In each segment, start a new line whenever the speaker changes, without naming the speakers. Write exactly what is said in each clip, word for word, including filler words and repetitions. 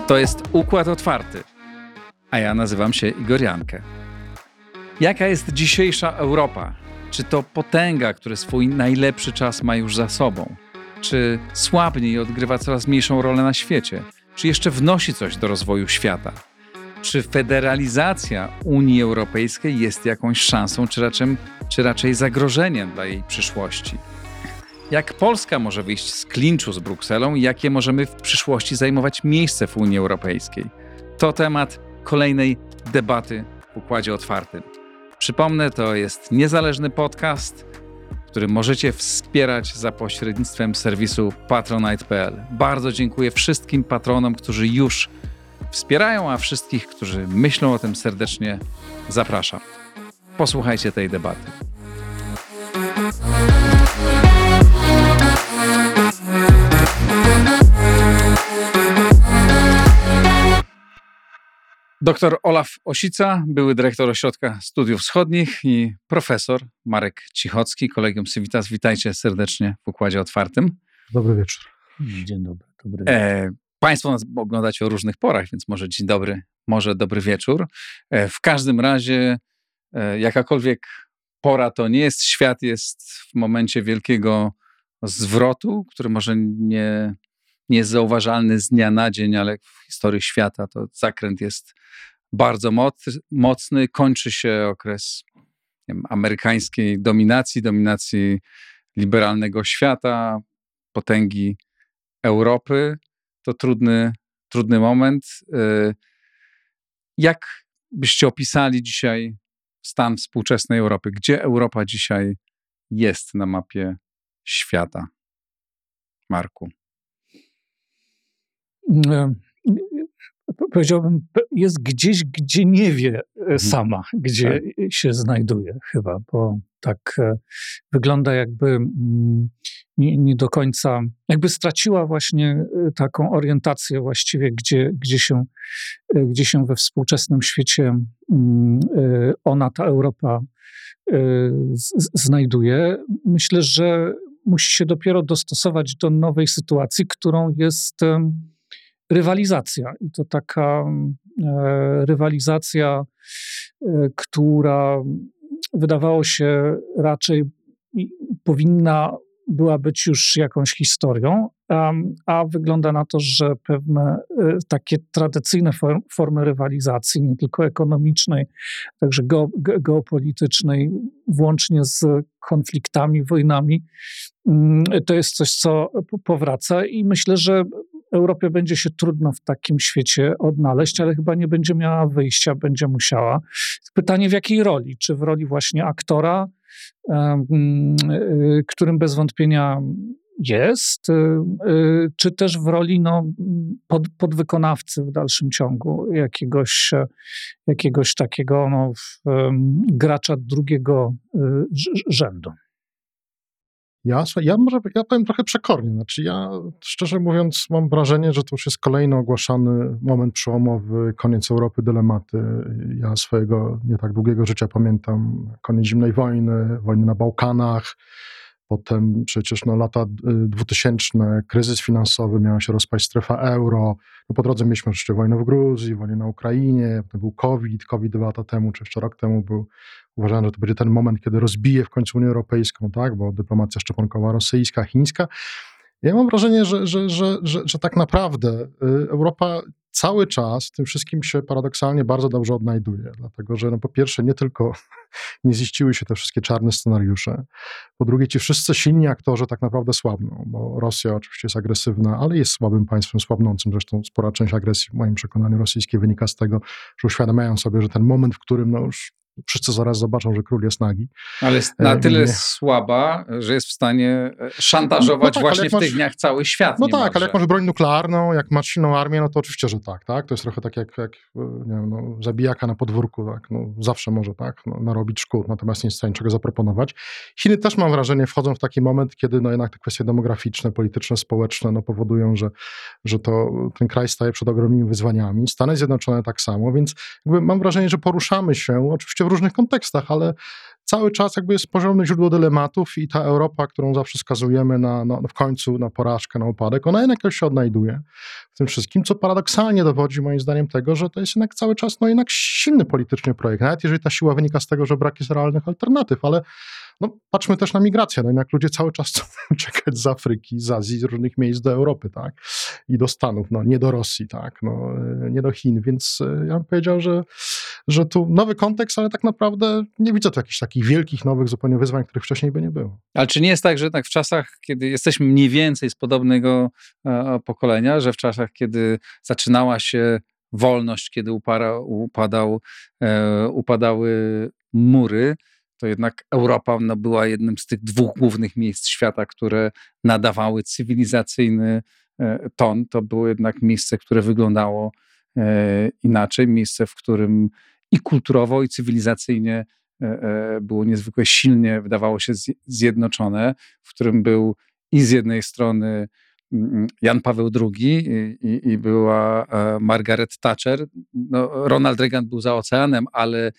To jest Układ Otwarty, a ja nazywam się Igor Jankę. Jaka jest dzisiejsza Europa? Czy to potęga, która swój najlepszy czas ma już za sobą? Czy słabnie i odgrywa coraz mniejszą rolę na świecie? Czy jeszcze wnosi coś do rozwoju świata? Czy federalizacja Unii Europejskiej jest jakąś szansą, czy raczej, czy raczej zagrożeniem dla jej przyszłości? Jak Polska może wyjść z klinczu z Brukselą i jakie możemy w przyszłości zajmować miejsce w Unii Europejskiej? To temat kolejnej debaty w Układzie Otwartym. Przypomnę, to jest niezależny podcast, który możecie wspierać za pośrednictwem serwisu patronite kropka p l. Bardzo dziękuję wszystkim patronom, którzy już wspierają, a wszystkich, którzy myślą o tym, serdecznie zapraszam. Posłuchajcie tej debaty. Doktor Olaf Osica, były dyrektor Ośrodka Studiów Wschodnich, i profesor Marek Cichocki, Collegium Civitas. Witajcie serdecznie w Układzie Otwartym.
Dobry wieczór.
Dzień dobry. Dobry wieczór.
E, państwo nas oglądacie o różnych porach, więc może dzień dobry, może dobry wieczór. E, w każdym razie e, jakakolwiek pora to nie jest, świat jest w momencie wielkiego zwrotu, który może nie, nie jest zauważalny z dnia na dzień, ale w historii świata to zakręt jest bardzo moc, mocny. Kończy się okres, nie wiem, amerykańskiej dominacji, dominacji liberalnego świata, potęgi Europy. To trudny, trudny moment. Jak byście opisali dzisiaj stan współczesnej Europy? Gdzie Europa dzisiaj jest na mapie świata? Marku.
Powiedziałbym, jest gdzieś, gdzie nie wie sama, gdzie tak się znajduje chyba, bo tak wygląda, jakby nie, nie do końca, jakby straciła właśnie taką orientację właściwie, gdzie, gdzie, się, gdzie się we współczesnym świecie ona, ta Europa, z, znajduje. Myślę, że musi się dopiero dostosować do nowej sytuacji, którą jest rywalizacja. I to taka e, rywalizacja, e, która wydawało się raczej powinna była być już jakąś historią, a, a wygląda na to, że pewne e, takie tradycyjne form, formy rywalizacji, nie tylko ekonomicznej, także ge, ge, geopolitycznej, włącznie z konfliktami, wojnami, m, to jest coś, co powraca, i myślę, że Europie będzie się trudno w takim świecie odnaleźć, ale chyba nie będzie miała wyjścia, będzie musiała. Pytanie, w jakiej roli? Czy w roli właśnie aktora, którym bez wątpienia jest, czy też w roli no, pod, podwykonawcy w dalszym ciągu, jakiegoś, jakiegoś takiego no, gracza drugiego rzędu.
Ja, ja może ja powiem trochę przekornie. Znaczy ja, szczerze mówiąc, mam wrażenie, że to już jest kolejny ogłaszany moment przełomowy, koniec Europy, dylematy. Ja swojego nie tak długiego życia pamiętam koniec zimnej wojny, wojny na Bałkanach, potem przecież no, lata dwutysięczne, kryzys finansowy, miała się rozpaść strefa euro. No, po drodze mieliśmy jeszcze wojnę w Gruzji, wojnę na Ukrainie, potem był COVID, COVID dwa lata temu, czy jeszcze rok temu był. Uważałem, że to będzie ten moment, kiedy rozbije w końcu Unię Europejską, tak, bo dyplomacja szczepionkowa rosyjska, chińska. Ja mam wrażenie, że, że, że, że, że tak naprawdę Europa cały czas w tym wszystkim się paradoksalnie bardzo dobrze odnajduje, dlatego że no po pierwsze nie tylko nie ziściły się te wszystkie czarne scenariusze, po drugie ci wszyscy silni aktorzy tak naprawdę słabną, bo Rosja oczywiście jest agresywna, ale jest słabym państwem, słabnącym, zresztą spora część agresji w moim przekonaniu rosyjskiej wynika z tego, że uświadamiają sobie, że ten moment, w którym no już wszyscy zaraz zobaczą, że król jest nagi.
Ale jest na tyle nie... słaba, że jest w stanie szantażować no tak, właśnie w masz... tych dniach cały świat.
No tak, ale jak masz broń nuklearną, jak masz silną armię, no to oczywiście, że tak, tak. To jest trochę tak jak, jak nie wiem, no, zabijaka na podwórku, tak. No, zawsze może tak no, narobić szkód, natomiast nie jest w stanie niczego zaproponować. Chiny też, mam wrażenie, wchodzą w taki moment, kiedy no, jednak te kwestie demograficzne, polityczne, społeczne no, powodują, że, że to, ten kraj staje przed ogromnymi wyzwaniami. Stany Zjednoczone tak samo, więc jakby mam wrażenie, że poruszamy się oczywiście w różnych kontekstach, ale cały czas jakby jest poziome źródło dylematów i ta Europa, którą zawsze skazujemy na, no, w końcu na porażkę, na upadek, ona jednak jakoś się odnajduje w tym wszystkim, co paradoksalnie dowodzi moim zdaniem tego, że to jest jednak cały czas no jednak silny politycznie projekt, nawet jeżeli ta siła wynika z tego, że brak jest realnych alternatyw, ale no, patrzmy też na migrację, no jednak ludzie cały czas chcą uciekać z Afryki, z Azji, z różnych miejsc do Europy, tak, i do Stanów, no nie do Rosji, tak, no nie do Chin, więc ja bym powiedział, że, że tu nowy kontekst, ale tak naprawdę nie widzę tu jakichś takich wielkich, nowych zupełnie wyzwań, których wcześniej by nie było.
Ale czy nie jest tak, że tak w czasach, kiedy jesteśmy mniej więcej z podobnego e, pokolenia, że w czasach, kiedy zaczynała się wolność, kiedy upara, upadał, e, upadały mury, to jednak Europa no, była jednym z tych dwóch głównych miejsc świata, które nadawały cywilizacyjny e, ton. To było jednak miejsce, które wyglądało e, inaczej, miejsce, w którym i kulturowo, i cywilizacyjnie e, e, było niezwykle silnie, wydawało się zjednoczone, w którym był i z jednej strony Jan Paweł drugi i, i, i była e, Margaret Thatcher. No, Ronald Reagan był za oceanem, ale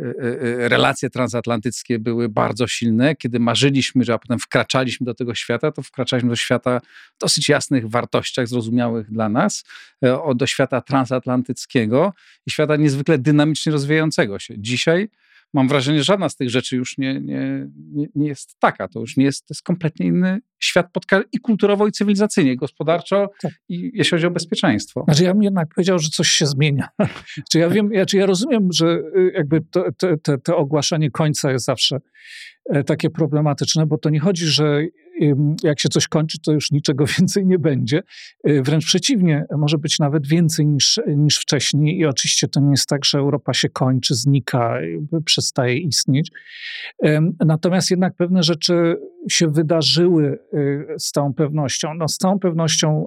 relacje transatlantyckie były bardzo silne. Kiedy marzyliśmy, że a potem wkraczaliśmy do tego świata, to wkraczaliśmy do świata w dosyć jasnych wartościach, zrozumiałych dla nas, do świata transatlantyckiego i świata niezwykle dynamicznie rozwijającego się. Dzisiaj mam wrażenie, że żadna z tych rzeczy już nie, nie, nie, nie jest taka. To już nie jest, to jest kompletnie inny świat podka- i kulturowo, i cywilizacyjnie, i gospodarczo,
tak.
I jeśli chodzi o bezpieczeństwo.
Znaczy ja bym jednak powiedział, że coś się zmienia. czy ja wiem, ja, czy ja rozumiem, że jakby to, to, to, to ogłaszanie końca jest zawsze takie problematyczne, bo to nie chodzi, że jak się coś kończy, to już niczego więcej nie będzie. Wręcz przeciwnie, może być nawet więcej niż, niż wcześniej i oczywiście to nie jest tak, że Europa się kończy, znika, przestaje istnieć. Natomiast jednak pewne rzeczy się wydarzyły z całą pewnością. No, z całą pewnością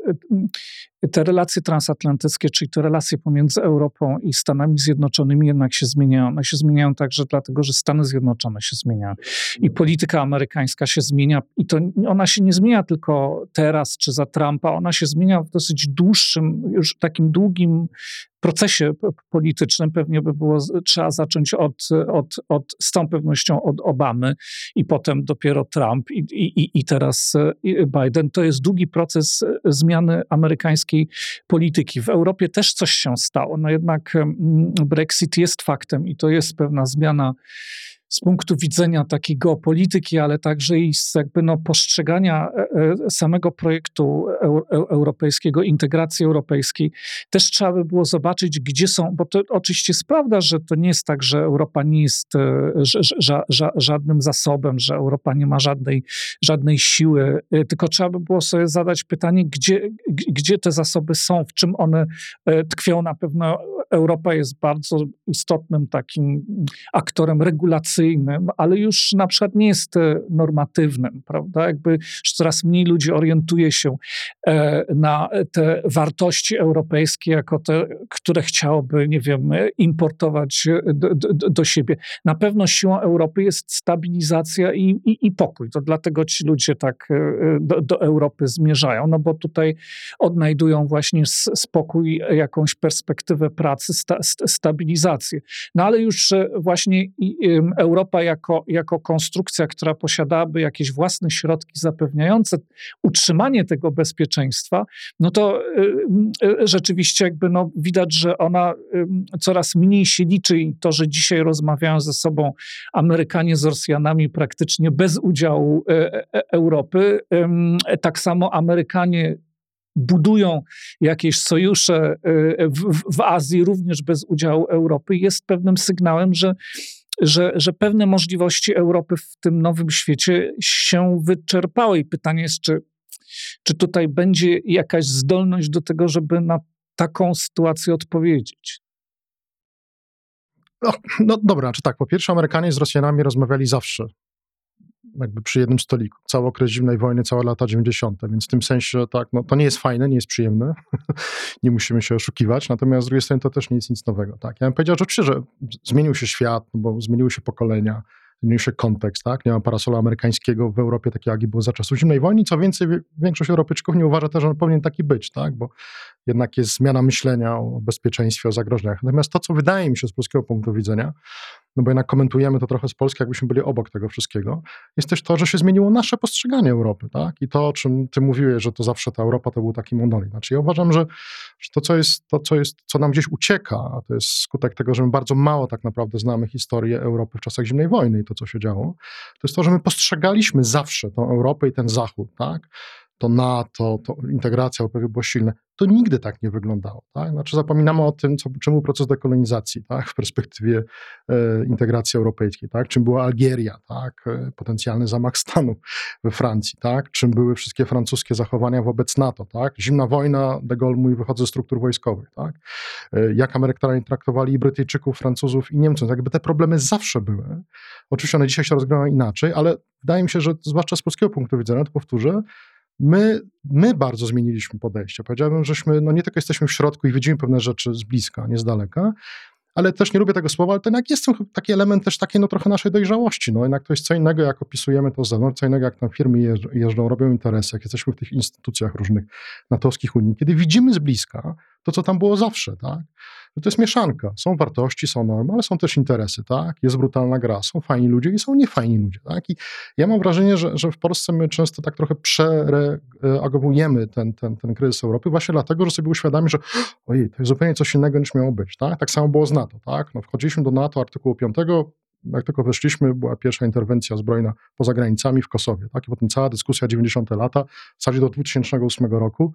te relacje transatlantyckie, czyli te relacje pomiędzy Europą i Stanami Zjednoczonymi jednak się zmieniają. One się zmieniają także dlatego, że Stany Zjednoczone się zmieniają. I polityka amerykańska się zmienia i to ona się nie zmienia tylko teraz czy za Trumpa, ona się zmienia w dosyć dłuższym, już takim długim procesie politycznym. Pewnie by było trzeba zacząć od, od, od z całą pewnością od Obamy i potem dopiero Trump i, i, i teraz Biden. To jest długi proces zmiany amerykańskiej polityki. W Europie też coś się stało. No jednak Brexit jest faktem i to jest pewna zmiana z punktu widzenia takiej geopolityki, ale także i z jakby no postrzegania samego projektu europejskiego, integracji europejskiej. Też trzeba by było zobaczyć, gdzie są, bo to oczywiście jest prawda, że to nie jest tak, że Europa nie jest ża, ża, żadnym zasobem, że Europa nie ma żadnej, żadnej siły, tylko trzeba by było sobie zadać pytanie, gdzie, gdzie te zasoby są, w czym one tkwią. Na pewno Europa jest bardzo istotnym takim aktorem regulacyjnym, ale już na przykład nie jest normatywnym, prawda? Jakby coraz mniej ludzi orientuje się na te wartości europejskie jako te, które chciałoby, nie wiem, importować do, do, do siebie. Na pewno siłą Europy jest stabilizacja i, i, i pokój. To dlatego ci ludzie tak do, do Europy zmierzają, no bo tutaj odnajdują właśnie spokój, jakąś perspektywę pracy, sta, stabilizację. No ale już właśnie Europa jako, jako konstrukcja, która posiadałaby jakieś własne środki zapewniające utrzymanie tego bezpieczeństwa, no to y, rzeczywiście jakby no widać, że ona y, coraz mniej się liczy i to, że dzisiaj rozmawiają ze sobą Amerykanie z Rosjanami praktycznie bez udziału y, y, Europy, y, tak samo Amerykanie budują jakieś sojusze w, w, w Azji również bez udziału Europy, jest pewnym sygnałem, że Że, że pewne możliwości Europy w tym nowym świecie się wyczerpały. I pytanie jest, czy, czy tutaj będzie jakaś zdolność do tego, żeby na taką sytuację odpowiedzieć?
No, no dobra, czy tak, po pierwsze Amerykanie z Rosjanami rozmawiali zawsze, jakby przy jednym stoliku. Cały okres zimnej wojny, całe lata dziewięćdziesiąte, więc w tym sensie tak, no to nie jest fajne, nie jest przyjemne, nie musimy się oszukiwać, natomiast z drugiej strony to też nie jest nic nowego, tak. Ja bym powiedział, że oczywiście, że zmienił się świat, bo zmieniły się pokolenia, zmienił się kontekst, tak. Nie ma parasola amerykańskiego w Europie takiego, jaki był za czasów zimnej wojny, co więcej, większość Europejczyków nie uważa też, że on powinien taki być, tak, bo jednak jest zmiana myślenia o bezpieczeństwie, o zagrożeniach. Natomiast to, co wydaje mi się z polskiego punktu widzenia, no bo jednak komentujemy to trochę z Polski, jakbyśmy byli obok tego wszystkiego, jest też to, że się zmieniło nasze postrzeganie Europy, tak? I to, o czym ty mówiłeś, że to zawsze ta Europa to był taki monolit. Znaczy ja uważam, że, że to, co jest, to, co jest, co nam gdzieś ucieka, a to jest skutek tego, że my bardzo mało tak naprawdę znamy historię Europy w czasach zimnej wojny i to, co się działo, to jest to, że my postrzegaliśmy zawsze tą Europę i ten Zachód, tak? To NATO, to integracja Europy była silna. To nigdy tak nie wyglądało. Tak? Znaczy zapominamy o tym, co, czym był proces dekolonizacji, tak? W perspektywie e, integracji europejskiej, tak? Czym była Algieria, tak? E, potencjalny zamach stanu we Francji, tak? Czym były wszystkie francuskie zachowania wobec NATO, tak? Zimna wojna, de Gaulle mówi, wychodzę ze struktur wojskowych, tak? E, jak Amerykanie traktowali i Brytyjczyków, Francuzów i Niemców. Jakby te problemy zawsze były. Oczywiście one dzisiaj się rozgrywają inaczej, ale wydaje mi się, że zwłaszcza z polskiego punktu widzenia, to powtórzę, My, my bardzo zmieniliśmy podejście. Powiedziałbym, żeśmy no nie tylko jesteśmy w środku i widzimy pewne rzeczy z bliska, nie z daleka, ale też nie lubię tego słowa, ale to jednak jest taki element też takiej no trochę naszej dojrzałości. No jednak to jest co innego, jak opisujemy to z zewnątrz, co innego, jak tam firmy jeżdżą, jeżdżą, robią interesy, jak jesteśmy w tych instytucjach różnych natowskich Unii, kiedy widzimy z bliska to, co tam było zawsze, tak? To jest mieszanka. Są wartości, są normy, ale są też interesy, tak? Jest brutalna gra, są fajni ludzie i są niefajni ludzie, tak? I ja mam wrażenie, że, że w Polsce my często tak trochę przereagowujemy ten, ten, ten kryzys Europy właśnie dlatego, że sobie uświadamy, że ojej, to jest zupełnie coś innego niż miało być, tak? Tak samo było z NATO, tak? No, wchodziliśmy do NATO artykułu piątego, jak tylko weszliśmy, była pierwsza interwencja zbrojna poza granicami w Kosowie, tak? I potem cała dyskusja dziewięćdziesiąte lata, w zasadzie do dwa tysiące ósmego roku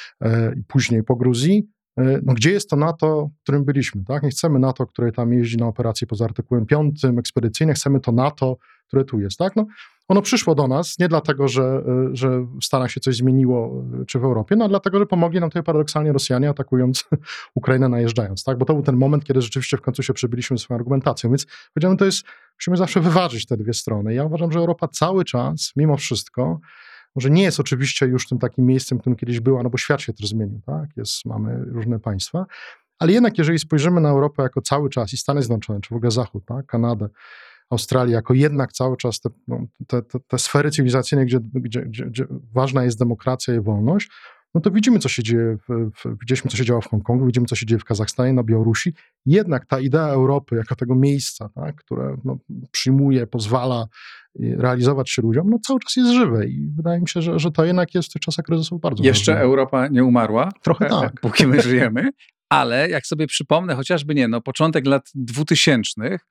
e, i później po Gruzji. No, gdzie jest to NATO, w którym byliśmy, tak? Nie chcemy NATO, które tam jeździ na operacje poza artykułem piątym, ekspedycyjne, chcemy to NATO, które tu jest, tak? No, ono przyszło do nas nie dlatego, że, że w Stanach się coś zmieniło, czy w Europie, no dlatego, że pomogli nam tutaj paradoksalnie Rosjanie, atakując Ukrainę, najeżdżając, tak? Bo to był ten moment, kiedy rzeczywiście w końcu się przybyliśmy swoją argumentacją, więc powiedziałem, to jest, musimy zawsze wyważyć te dwie strony. Ja uważam, że Europa cały czas, mimo wszystko, może nie jest oczywiście już tym takim miejscem, którym kiedyś była, no bo świat się też zmienił, tak? Jest, mamy różne państwa, ale jednak jeżeli spojrzymy na Europę jako cały czas i Stany Zjednoczone, czy w ogóle Zachód, tak? Kanadę, Australię, jako jednak cały czas te, no, te, te, te sfery cywilizacyjne, gdzie, gdzie, gdzie, gdzie ważna jest demokracja i wolność, no to widzimy, co się dzieje, w, w, widzieliśmy, co się działo w Hongkongu, widzimy, co się dzieje w Kazachstanie, na Białorusi. Jednak ta idea Europy jako tego miejsca, tak, które no, przyjmuje, pozwala realizować się ludziom, no cały czas jest żywe i wydaje mi się, że, że to jednak jest w tych czasach kryzysu bardzo
Jeszcze
ważne.
Europa nie umarła,
Trochę tak.
Póki my żyjemy, ale jak sobie przypomnę, chociażby nie, no początek lat dwutysięcznych,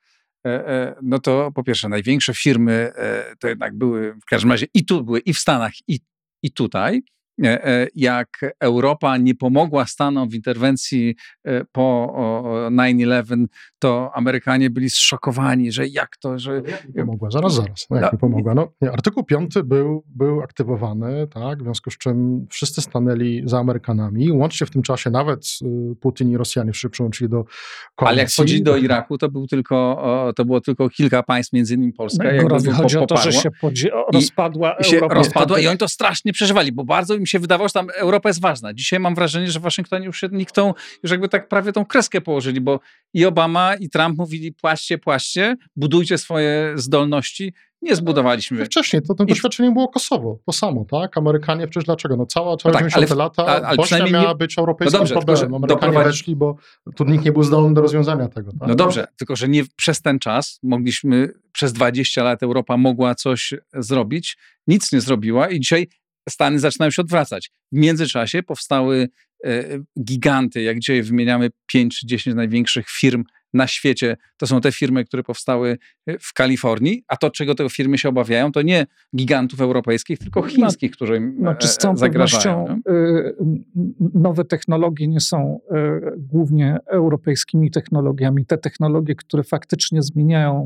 no to po pierwsze największe firmy to jednak były w każdym razie i tu były i w Stanach i, i tutaj. Jak Europa nie pomogła Stanom w interwencji po nine eleven, to Amerykanie byli zszokowani, że jak to, że...
Jak mi pomogła? Zaraz, zaraz. No jak no, mi pomogła? No, nie, artykuł piąty był, był aktywowany, tak, w związku z czym wszyscy stanęli za Amerykanami, łącznie w tym czasie nawet Putin i Rosjanie się przyłączyli do koalicji.
Ale jak wchodzili do Iraku, to, był tylko, to było tylko kilka państw, między innymi Polska.
No, Górowi chodzi po, o to, że się podzi- rozpadła
i,
Europa.
Się rozpadła wtedy... i oni to strasznie przeżywali, bo bardzo im się wydawało, że tam Europa jest ważna. Dzisiaj mam wrażenie, że w Waszyngtonie już się nikt tą, już jakby tak prawie tą kreskę położyli, bo i Obama, i Trump mówili płaście, płaście, budujcie swoje zdolności. Nie zbudowaliśmy.
Wcześniej to tym I... doświadczeniem było Kosowo, to samo, tak? Amerykanie przecież dlaczego? No cała, całe no tak, dziewięćdziesiąte lata a, ale Bośnia miała nie... być europejskim no dobrze, problemem. Amerykanie doprowadzi... weszli, bo tu nikt nie był zdolny do rozwiązania tego. Tak?
No dobrze, tylko że nie przez ten czas mogliśmy, przez dwadzieścia lat Europa mogła coś zrobić, nic nie zrobiła i dzisiaj Stany zaczynają się odwracać. W międzyczasie powstały e, giganty, jak dzisiaj wymieniamy pięć czy dziesięć największych firm na świecie. To są te firmy, które powstały w Kalifornii, a to, czego te firmy się obawiają, to nie gigantów europejskich, tylko chińskich, którzy im no,
z całą
zagrażają.
pewnością nowe technologie nie są głównie europejskimi technologiami. Te technologie, które faktycznie zmieniają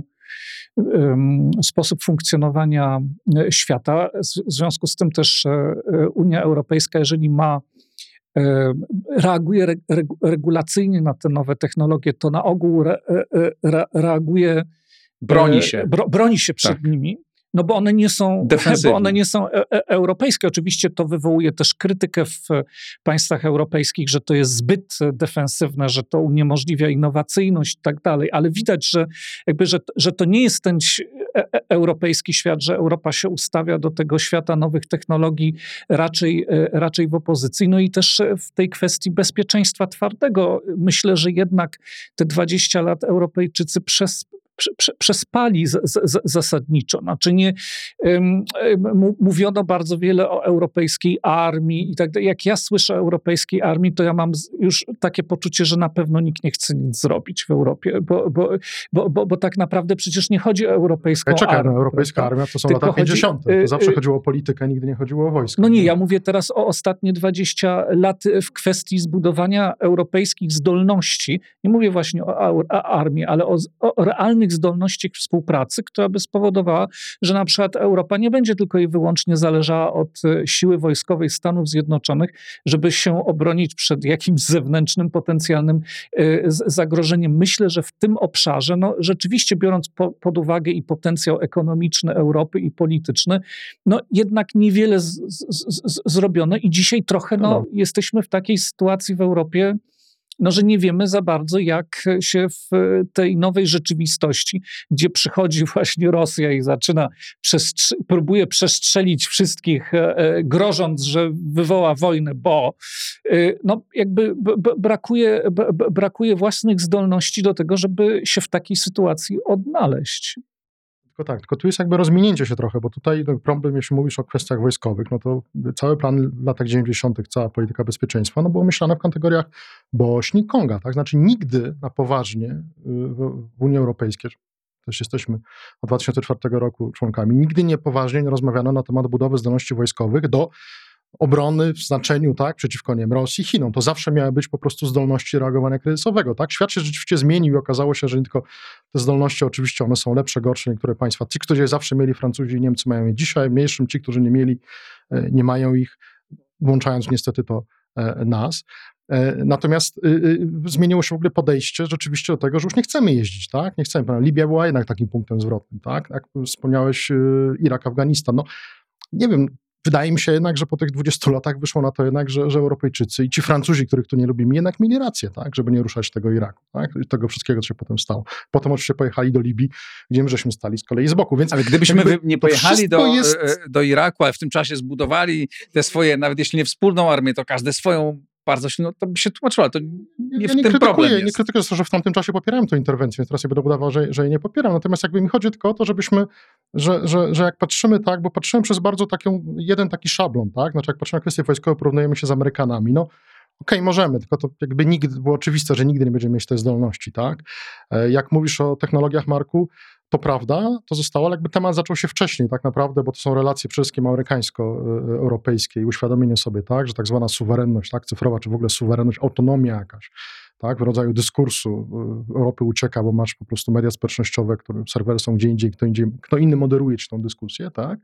sposób funkcjonowania świata. W związku z tym też Unia Europejska, jeżeli ma reaguje regulacyjnie na te nowe technologie, to na ogół re, re, reaguje...
Broni się.
Bro, broni się przed tak. nimi, no bo one nie są, bo one nie są e, e, europejskie. Oczywiście to wywołuje też krytykę w państwach europejskich, że to jest zbyt defensywne, że to uniemożliwia innowacyjność i tak dalej, ale widać, że, jakby, że, że to nie jest ten e, e, europejski świat, że Europa się ustawia do tego świata nowych technologii raczej, e, raczej w opozycji. No i też w tej kwestii bezpieczeństwa twardego myślę, że jednak te dwadzieścia lat Europejczycy przez prze, przespali z, z, zasadniczo. Znaczy nie, um, mówiono bardzo wiele o europejskiej armii i tak dalej. Jak ja słyszę o europejskiej armii, to ja mam już takie poczucie, że na pewno nikt nie chce nic zrobić w Europie, bo, bo, bo, bo, bo tak naprawdę przecież nie chodzi o europejską
ja czekaj,
armię.
no, europejska
prawda?
armia to są
Tylko
lata pięćdziesiąte. To zawsze
y,
chodziło o politykę, nigdy nie chodziło o wojsko.
No nie, ja mówię teraz o ostatnie dwadzieścia lat w kwestii zbudowania europejskich zdolności. Nie mówię właśnie o, o armii, ale o, o realnych zdolnościach współpracy, która by spowodowała, że na przykład Europa nie będzie tylko i wyłącznie zależała od siły wojskowej Stanów Zjednoczonych, żeby się obronić przed jakimś zewnętrznym potencjalnym y, zagrożeniem. Myślę, że w tym obszarze, no rzeczywiście biorąc po, pod uwagę i potencjał ekonomiczny Europy i polityczny, no jednak niewiele z, z, z, zrobiono i dzisiaj trochę no, no. jesteśmy w takiej sytuacji w Europie, no, że nie wiemy za bardzo, jak się w tej nowej rzeczywistości, gdzie przychodzi właśnie Rosja i zaczyna, przestrz- próbuje przestrzelić wszystkich, e, grożąc, że wywoła wojnę, bo e, no, jakby b- b- brakuje, b- brakuje własnych zdolności do tego, żeby się w takiej sytuacji odnaleźć.
Tylko tak, tylko tu jest jakby rozminięcie się trochę, bo tutaj no, problem, jeśli mówisz o kwestiach wojskowych, no to cały plan w latach dziewięćdziesiątych, cała polityka bezpieczeństwa, no było myślane w kategoriach Bośni, Konga, tak? Znaczy nigdy na poważnie w, w Unii Europejskiej, też jesteśmy od dwa tysiące czwartego roku członkami, nigdy nie poważnie nie rozmawiano na temat budowy zdolności wojskowych do obrony w znaczeniu, tak, przeciwko, nie wiem, Rosji, Chinom. To zawsze miały być po prostu zdolności reagowania kryzysowego, tak? Świat się rzeczywiście zmienił i okazało się, że nie tylko te zdolności, oczywiście one są lepsze, gorsze, niektóre państwa. Ci, którzy je zawsze mieli, Francuzi i Niemcy mają je dzisiaj, mniejszym ci, którzy nie mieli, nie mają ich, włączając niestety to nas. Natomiast zmieniło się w ogóle podejście rzeczywiście do tego, że już nie chcemy jeździć, tak? Nie chcemy. Libia była jednak takim punktem zwrotnym, tak? Jak wspomniałeś, Irak, Afganistan. No, nie wiem, wydaje mi się jednak, że po tych dwudziestu latach wyszło na to jednak, że, że Europejczycy i ci Francuzi, których tu nie lubimy, jednak mieli rację, tak, żeby nie ruszać tego Iraku, tak, i tego wszystkiego, co się potem stało. Potem oczywiście pojechali do Libii, gdzie my żeśmy stali z kolei z boku. Więc
ale gdybyśmy nie pojechali do,
jest...
do Iraku, ale w tym czasie zbudowali te swoje, nawet jeśli nie wspólną armię, to każde swoją bardzo silną, to by się tłumaczyło, to nie
ja
w
nie
tym problem jest.
Nie krytykuję, że w tamtym czasie popierałem tę interwencję, więc teraz sobie będę udawał, że, że jej nie popieram. Natomiast jakby mi chodzi tylko o to, żebyśmy, że, że, że jak patrzymy tak, bo patrzyłem przez bardzo taką, jeden taki szablon, tak, znaczy jak patrzymy na kwestie wojskowe, porównujemy się z Amerykanami, no okej, okay, możemy, tylko to jakby nigdy, było oczywiste, że nigdy nie będziemy mieć tej zdolności, tak. Jak mówisz o technologiach, Marku, to prawda, to zostało, ale jakby temat zaczął się wcześniej tak naprawdę, bo to są relacje przede wszystkim amerykańsko-europejskie i uświadomienie sobie, tak, że tak zwana suwerenność, tak, cyfrowa, czy w ogóle suwerenność, autonomia jakaś, tak, w rodzaju dyskursu Europy ucieka, bo masz po prostu media społecznościowe, które serwery są gdzie indziej, kto, indziej, kto inny moderuje ci tą dyskusję, tak.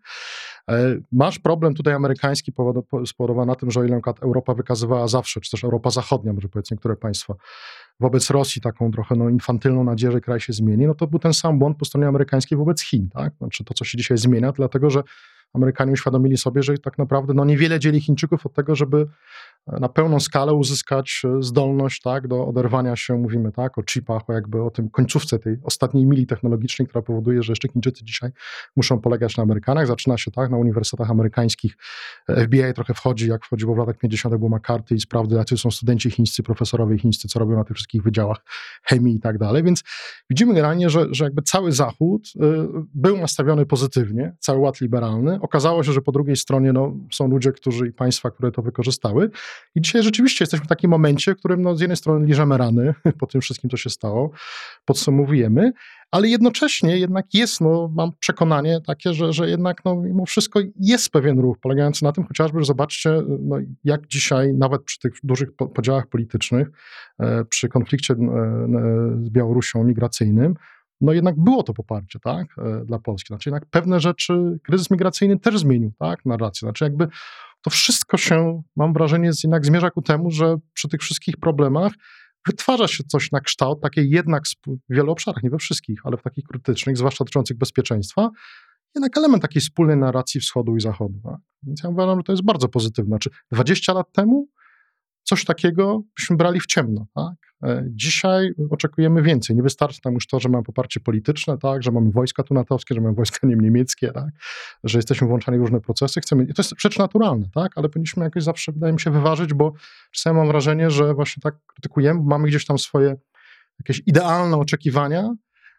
Masz problem tutaj amerykański spowodowany na tym, że o ile Europa wykazywała zawsze, czy też Europa Zachodnia, może powiedzmy niektóre państwa, wobec Rosji taką trochę no, infantylną nadzieję, że kraj się zmieni, no to był ten sam błąd po stronie amerykańskiej wobec Chin, tak? Znaczy to, co się dzisiaj zmienia, dlatego, że Amerykanie uświadomili sobie, że tak naprawdę no, niewiele dzieli Chińczyków od tego, żeby na pełną skalę uzyskać zdolność, tak, do oderwania się, mówimy tak, o chipach, o jakby o tym końcówce tej ostatniej mili technologicznej, która powoduje, że jeszcze Chińczycy dzisiaj muszą polegać na Amerykanach. Zaczyna się tak, na uniwersytetach amerykańskich F B I trochę wchodzi, jak wchodziło w latach pięćdziesiątych był McCarthy i sprawdza, jacy są studenci chińscy, profesorowie chińscy, co robią na tych wszystkich wydziałach chemii i tak dalej, więc widzimy generalnie, że, że jakby cały Zachód y, był nastawiony pozytywnie, cały ład liberalny. Okazało się, że po drugiej stronie no, są ludzie, którzy i państwa, które to wykorzystały. I dzisiaj rzeczywiście jesteśmy w takim momencie, w którym no, z jednej strony liżemy rany po tym wszystkim, co się stało, podsumowujemy, ale jednocześnie jednak jest, no, mam przekonanie takie, że, że jednak no, mimo wszystko jest pewien ruch polegający na tym chociażby, że zobaczcie, no, jak dzisiaj nawet przy tych dużych podziałach politycznych, e, przy konflikcie e, z Białorusią migracyjnym, no jednak było to poparcie, tak, e, dla Polski. Znaczy jednak pewne rzeczy, kryzys migracyjny też zmienił, tak, narrację. Znaczy jakby to wszystko się, mam wrażenie, jednak zmierza ku temu, że przy tych wszystkich problemach wytwarza się coś na kształt takiej jednak w wielu obszarach, nie we wszystkich, ale w takich krytycznych, zwłaszcza dotyczących bezpieczeństwa, jednak element takiej wspólnej narracji wschodu i zachodu. Tak? Więc ja uważam, że to jest bardzo pozytywne. Znaczy dwadzieścia lat temu coś takiego byśmy brali w ciemno. Tak? Dzisiaj oczekujemy więcej. Nie wystarczy nam już to, że mamy poparcie polityczne, tak? Że mamy wojska tu natowskie, że mamy wojska niemieckie, tak? Że jesteśmy włączani w różne procesy. Chcemy, i to jest rzecz naturalna, tak? Ale powinniśmy jakoś zawsze, wydaje mi się, wyważyć, bo czasami mam wrażenie, że właśnie tak krytykujemy, mamy gdzieś tam swoje jakieś idealne oczekiwania,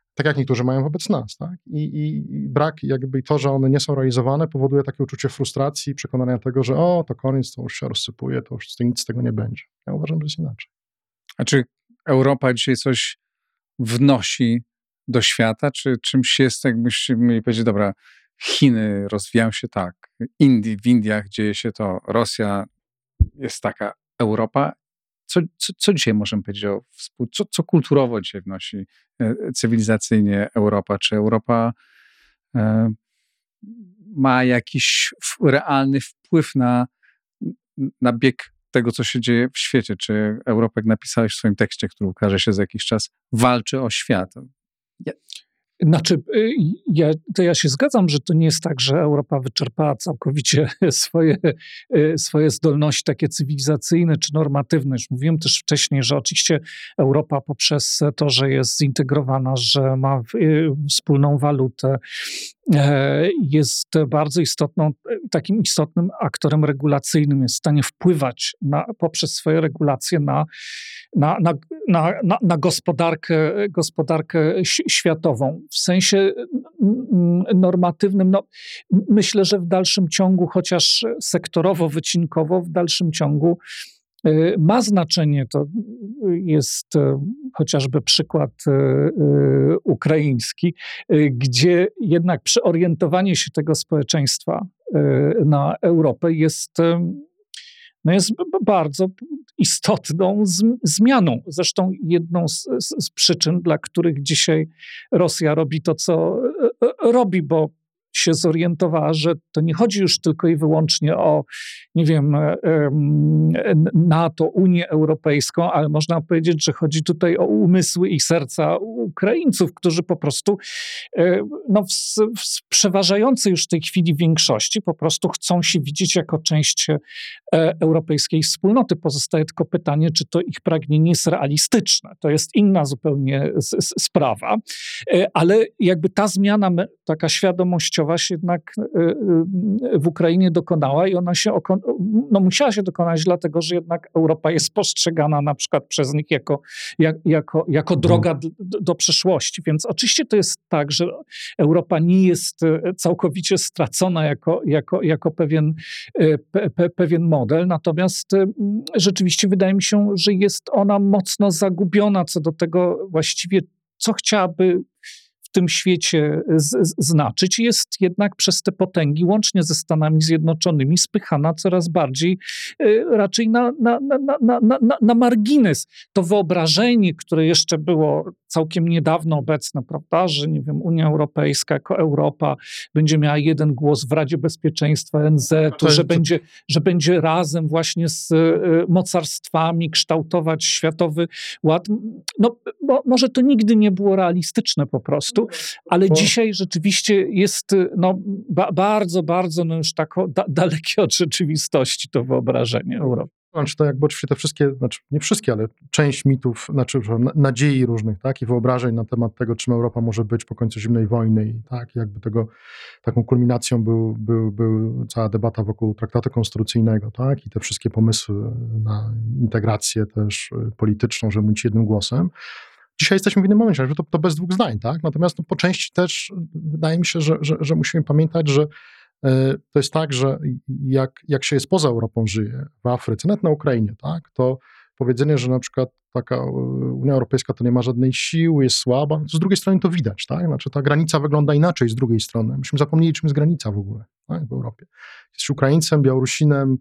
tak jak niektórzy mają wobec nas, tak? I, i, i brak jakby to, że one nie są realizowane, powoduje takie uczucie frustracji, przekonania tego, że o, to koniec, to już się rozsypuje, to już nic z tego nie będzie. Ja uważam, że jest inaczej.
A czy Europa dzisiaj coś wnosi do świata, czy czymś jest, jakbyście mieli powiedzieć, dobra, Chiny rozwijają się tak, Indii, w Indiach dzieje się to, Rosja jest taka, Europa. Co, co, co dzisiaj możemy powiedzieć o współ... Co, co kulturowo dzisiaj wnosi e, cywilizacyjnie Europa? Czy Europa e, ma jakiś w, realny wpływ na, na bieg tego, co się dzieje w świecie? Czy Europa, jak napisałeś w swoim tekście, który ukaże się za jakiś czas, walczy o świat? Ja...
Znaczy, ja, to ja się zgadzam, że to nie jest tak, że Europa wyczerpała całkowicie swoje, swoje zdolności takie cywilizacyjne czy normatywne. Już mówiłem też wcześniej, że oczywiście Europa poprzez to, że jest zintegrowana, że ma wspólną walutę, jest bardzo istotną, takim istotnym aktorem regulacyjnym, jest w stanie wpływać na, poprzez swoje regulacje na, na, na, na, na, na gospodarkę, gospodarkę światową. W sensie normatywnym, no, myślę, że w dalszym ciągu, chociaż sektorowo-wycinkowo, w dalszym ciągu ma znaczenie. To jest chociażby przykład ukraiński, gdzie jednak przeorientowanie się tego społeczeństwa na Europę jest, no jest bardzo istotną zmianą. Zresztą jedną z, z, z przyczyn, dla których dzisiaj Rosja robi to, co robi, bo się zorientowała, że to nie chodzi już tylko i wyłącznie o, nie wiem, NATO, Unię Europejską, ale można powiedzieć, że chodzi tutaj o umysły i serca Ukraińców, którzy po prostu no, w, w przeważającej już w tej chwili większości po prostu chcą się widzieć jako część europejskiej wspólnoty. Pozostaje tylko pytanie, czy to ich pragnienie jest realistyczne. To jest inna zupełnie sprawa, ale jakby ta zmiana, taka świadomościowa się jednak w Ukrainie dokonała i ona się no, musiała się dokonać, dlatego że jednak Europa jest postrzegana na przykład przez nich jako, jak, jako, jako droga do, do przyszłości. Więc oczywiście to jest tak, że Europa nie jest całkowicie stracona jako, jako, jako pewien, pe, pe, pewien model, natomiast rzeczywiście wydaje mi się, że jest ona mocno zagubiona co do tego właściwie, co chciałaby w tym świecie z, z, znaczyć, jest jednak przez te potęgi, łącznie ze Stanami Zjednoczonymi, spychana coraz bardziej y, raczej na, na, na, na, na, na, na margines. To wyobrażenie, które jeszcze było całkiem niedawno obecne, prawda, że nie wiem, Unia Europejska jako Europa będzie miała jeden głos w Radzie Bezpieczeństwa N Z u, że będzie, że będzie razem właśnie z y, mocarstwami kształtować światowy ład. No, bo, może to nigdy nie było realistyczne po prostu, ale bo... dzisiaj rzeczywiście jest no, ba, bardzo, bardzo no już tak da, dalekie od rzeczywistości to wyobrażenie Europy.
Znaczy to jakby oczywiście te wszystkie, znaczy nie wszystkie, ale część mitów, znaczy nadziei różnych, tak, i wyobrażeń na temat tego, czym Europa może być po końcu zimnej wojny i tak, jakby tego, taką kulminacją był, był, był cała debata wokół traktatu konstytucyjnego, tak, i te wszystkie pomysły na integrację też polityczną, żeby mówić jednym głosem. Dzisiaj jesteśmy w innym momencie, to, to bez dwóch zdań, tak, natomiast no, po części też wydaje mi się, że, że, że musimy pamiętać, że to jest tak, że jak, jak się jest poza Europą żyje, w Afryce, nawet na Ukrainie, tak, to powiedzenie, że na przykład taka Unia Europejska to nie ma żadnej siły, jest słaba, to z drugiej strony to widać, tak, znaczy ta granica wygląda inaczej z drugiej strony. Myśmy zapomnieli, czym jest granica w ogóle, tak, w Europie. Jesteś Ukraińcem, Białorusinem,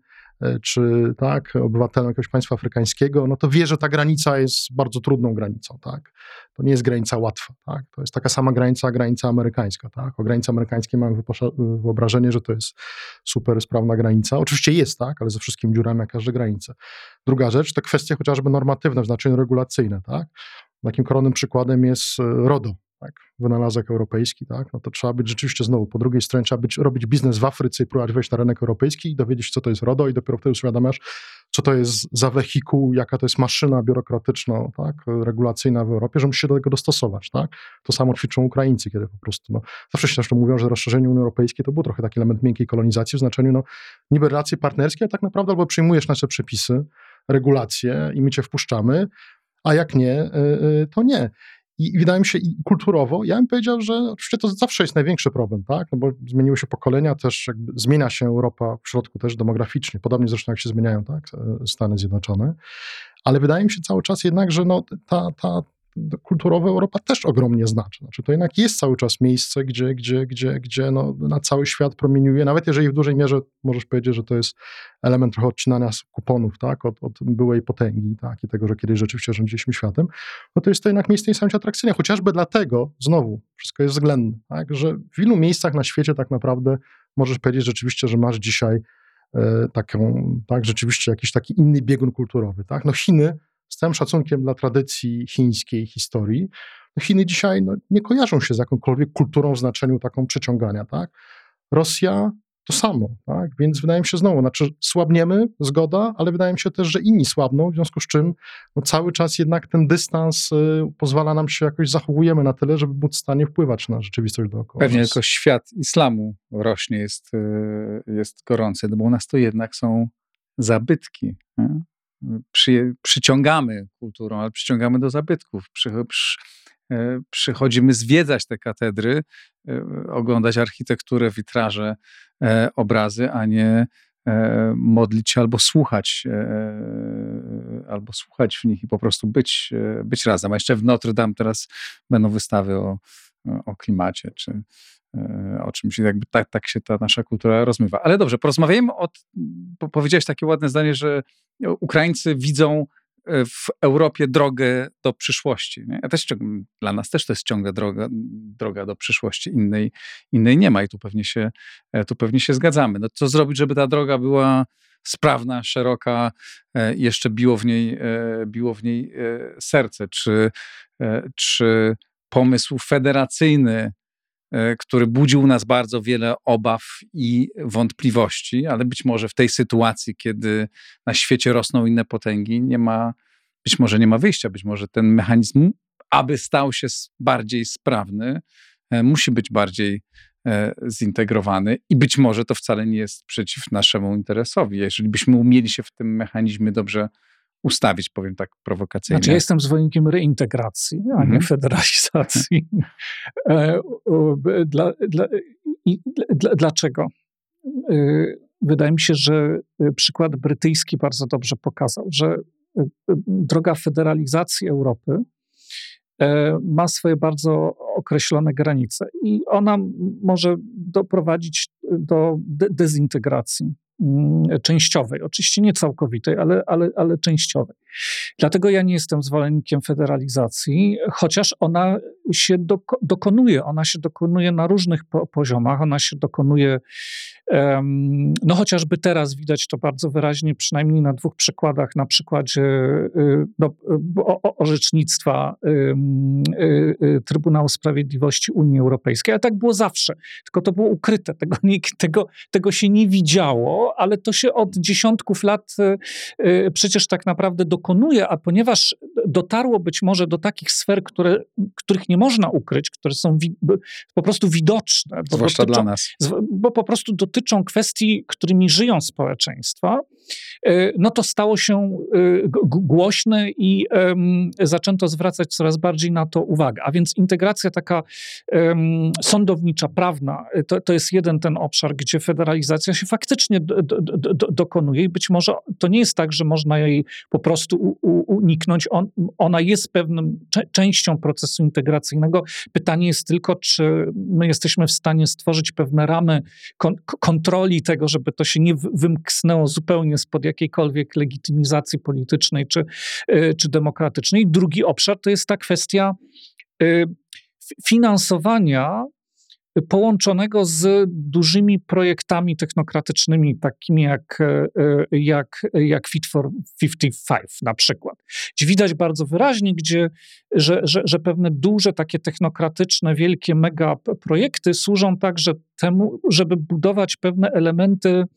czy tak, obywatelem jakiegoś państwa afrykańskiego, no to wie, że ta granica jest bardzo trudną granicą, tak. To nie jest granica łatwa, tak. To jest taka sama granica, jak granica amerykańska, tak. O granicy amerykańskiej mamy wyobrażenie, że to jest super sprawna granica. Oczywiście jest, tak, ale ze wszystkimi dziurami jak każda granica. Druga rzecz, to kwestie chociażby normatywne, w znaczeniu regulacyjne, tak. Takim koronnym przykładem jest RODO, tak, wynalazek europejski, tak, no to trzeba być rzeczywiście znowu, po drugiej stronie trzeba być, robić biznes w Afryce i próbować wejść na rynek europejski i dowiedzieć się, co to jest RODO i dopiero wtedy uświadamiasz, co to jest za wehikuł, jaka to jest maszyna biurokratyczna, tak, regulacyjna w Europie, że musisz się do tego dostosować, tak. To samo ćwiczą Ukraińcy, kiedy po prostu, no, zawsze się zresztą mówią, że rozszerzenie Unii Europejskiej to był trochę taki element miękkiej kolonizacji w znaczeniu, no, niby relacje partnerskie, ale tak naprawdę albo przyjmujesz nasze przepisy, regulacje i my cię wpuszczamy, a jak nie, to nie. I, I wydaje mi się, i kulturowo, ja bym powiedział, że oczywiście to zawsze jest największy problem, tak? No bo zmieniły się pokolenia, też jakby zmienia się Europa w środku też demograficznie, podobnie zresztą jak się zmieniają, tak? Stany Zjednoczone. Ale wydaje mi się cały czas jednak, że no, ta, ta kulturowa Europa też ogromnie znaczy. Znaczy, to jednak jest cały czas miejsce, gdzie, gdzie, gdzie, gdzie no, na cały świat promieniuje, nawet jeżeli w dużej mierze możesz powiedzieć, że to jest element trochę odcinania kuponów, tak, od, od byłej potęgi, tak, i tego, że kiedyś rzeczywiście rządziliśmy światem, no to jest to jednak miejsce niesamowicie atrakcyjne, chociażby dlatego, znowu, wszystko jest względne, tak, że w ilu miejscach na świecie tak naprawdę możesz powiedzieć rzeczywiście, że masz dzisiaj e, taką, tak, rzeczywiście jakiś taki inny biegun kulturowy, tak, no Chiny, z całym szacunkiem dla tradycji chińskiej historii, no Chiny dzisiaj no, nie kojarzą się z jakąkolwiek kulturą w znaczeniu taką przyciągania, tak? Rosja to samo, tak? Więc wydaje mi się znowu, znaczy słabniemy, zgoda, ale wydaje mi się też, że inni słabną, w związku z czym no, cały czas jednak ten dystans y, pozwala nam się jakoś zachowujemy na tyle, żeby móc w stanie wpływać na rzeczywistość dookoła.
Pewnie
nas.
tylko świat islamu rośnie, jest, y, jest gorący, no bo u nas to jednak są zabytki. Nie? Przy, przyciągamy kulturą, ale przyciągamy do zabytków. Przy, przy, przychodzimy zwiedzać te katedry, oglądać architekturę, witraże, obrazy, a nie modlić się albo słuchać, albo słuchać w nich i po prostu być, być razem. A jeszcze w Notre Dame teraz będą wystawy o, o klimacie, czy o czymś. Jakby tak, tak się ta nasza kultura rozmywa. Ale dobrze, porozmawiajmy o... Powiedziałeś takie ładne zdanie, że Ukraińcy widzą w Europie drogę do przyszłości. Nie? Ja też, dla nas też to jest ciągle droga, droga do przyszłości. Innej, innej nie ma i tu pewnie, się, tu pewnie się zgadzamy. No co zrobić, żeby ta droga była sprawna, szeroka i jeszcze biło w niej, biło w niej serce? Czy, czy pomysł federacyjny, który budził u nas bardzo wiele obaw i wątpliwości, ale być może w tej sytuacji, kiedy na świecie rosną inne potęgi, nie ma, być może nie ma wyjścia, być może ten mechanizm, aby stał się bardziej sprawny, musi być bardziej zintegrowany i być może to wcale nie jest przeciw naszemu interesowi. Jeżeli byśmy umieli się w tym mechanizmie dobrze ustawić, powiem tak prowokacyjnie.
Znaczy ja jestem zwolennikiem reintegracji, a
Mhm.
nie federalizacji. E, o, dla, dla, i, dla, dlaczego? E, wydaje mi się, że przykład brytyjski bardzo dobrze pokazał, że droga federalizacji Europy e, ma swoje bardzo określone granice i ona może doprowadzić do de- dezintegracji częściowej, oczywiście nie całkowitej, ale, ale, ale częściowej. Dlatego ja nie jestem zwolennikiem federalizacji, chociaż ona się doko- dokonuje, ona się dokonuje na różnych po- poziomach, ona się dokonuje, um, no chociażby teraz widać to bardzo wyraźnie, przynajmniej na dwóch przykładach, na przykładzie y, no, o, o, orzecznictwa y, y, y, Trybunału Sprawiedliwości Unii Europejskiej, ale tak było zawsze, tylko to było ukryte, tego, nie, tego, tego się nie widziało, ale to się od dziesiątków lat y, y, przecież tak naprawdę dokonuje, a ponieważ dotarło być może do takich sfer, które, których nie można ukryć, które są wi- po prostu widoczne. Bo
Zwłaszcza
dotyczą,
dla nas.
Bo po prostu dotyczą kwestii, którymi żyją społeczeństwa, y, no to stało się y, g- głośne i y, zaczęto zwracać coraz bardziej na to uwagę. A więc integracja taka y, sądownicza, prawna, to, to jest jeden ten obszar, gdzie federalizacja się faktycznie do, do, do, dokonuje i być może to nie jest tak, że można jej po prostu u, u, uniknąć. On, ona jest pewną cze- częścią procesu integracyjnego. Pytanie jest tylko, czy my jesteśmy w stanie stworzyć pewne ramy kon- kontroli tego, żeby to się nie wy- wymknęło zupełnie spod jakiejkolwiek legitymizacji politycznej czy, y, czy demokratycznej. Drugi obszar to jest ta kwestia y, finansowania połączonego z dużymi projektami technokratycznymi, takimi jak, jak, jak Fit for pięćdziesiąt pięć na przykład. Gdzie widać bardzo wyraźnie, gdzie, że, że, że pewne duże, takie technokratyczne, wielkie mega projekty służą także temu, żeby budować pewne elementy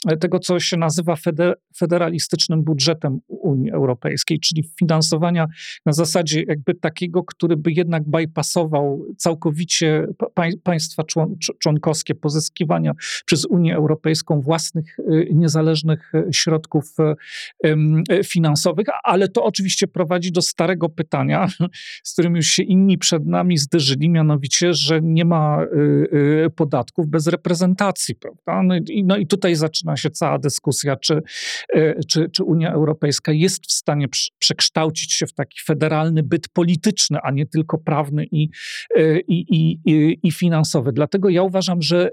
tego, co się nazywa feder, federalistycznym budżetem Unii Europejskiej, czyli finansowania na zasadzie jakby takiego, który by jednak bypassował całkowicie pa, państwa człon, członkowskie, pozyskiwania przez Unię Europejską własnych niezależnych środków finansowych, ale to oczywiście prowadzi do starego pytania, z którym już się inni przed nami zderzyli, mianowicie, że nie ma podatków bez reprezentacji, prawda? No i, no i tutaj zaczyna się cała dyskusja, czy, czy, czy Unia Europejska jest w stanie przekształcić się w taki federalny byt polityczny, a nie tylko prawny i, i, i, i finansowy. Dlatego ja uważam, że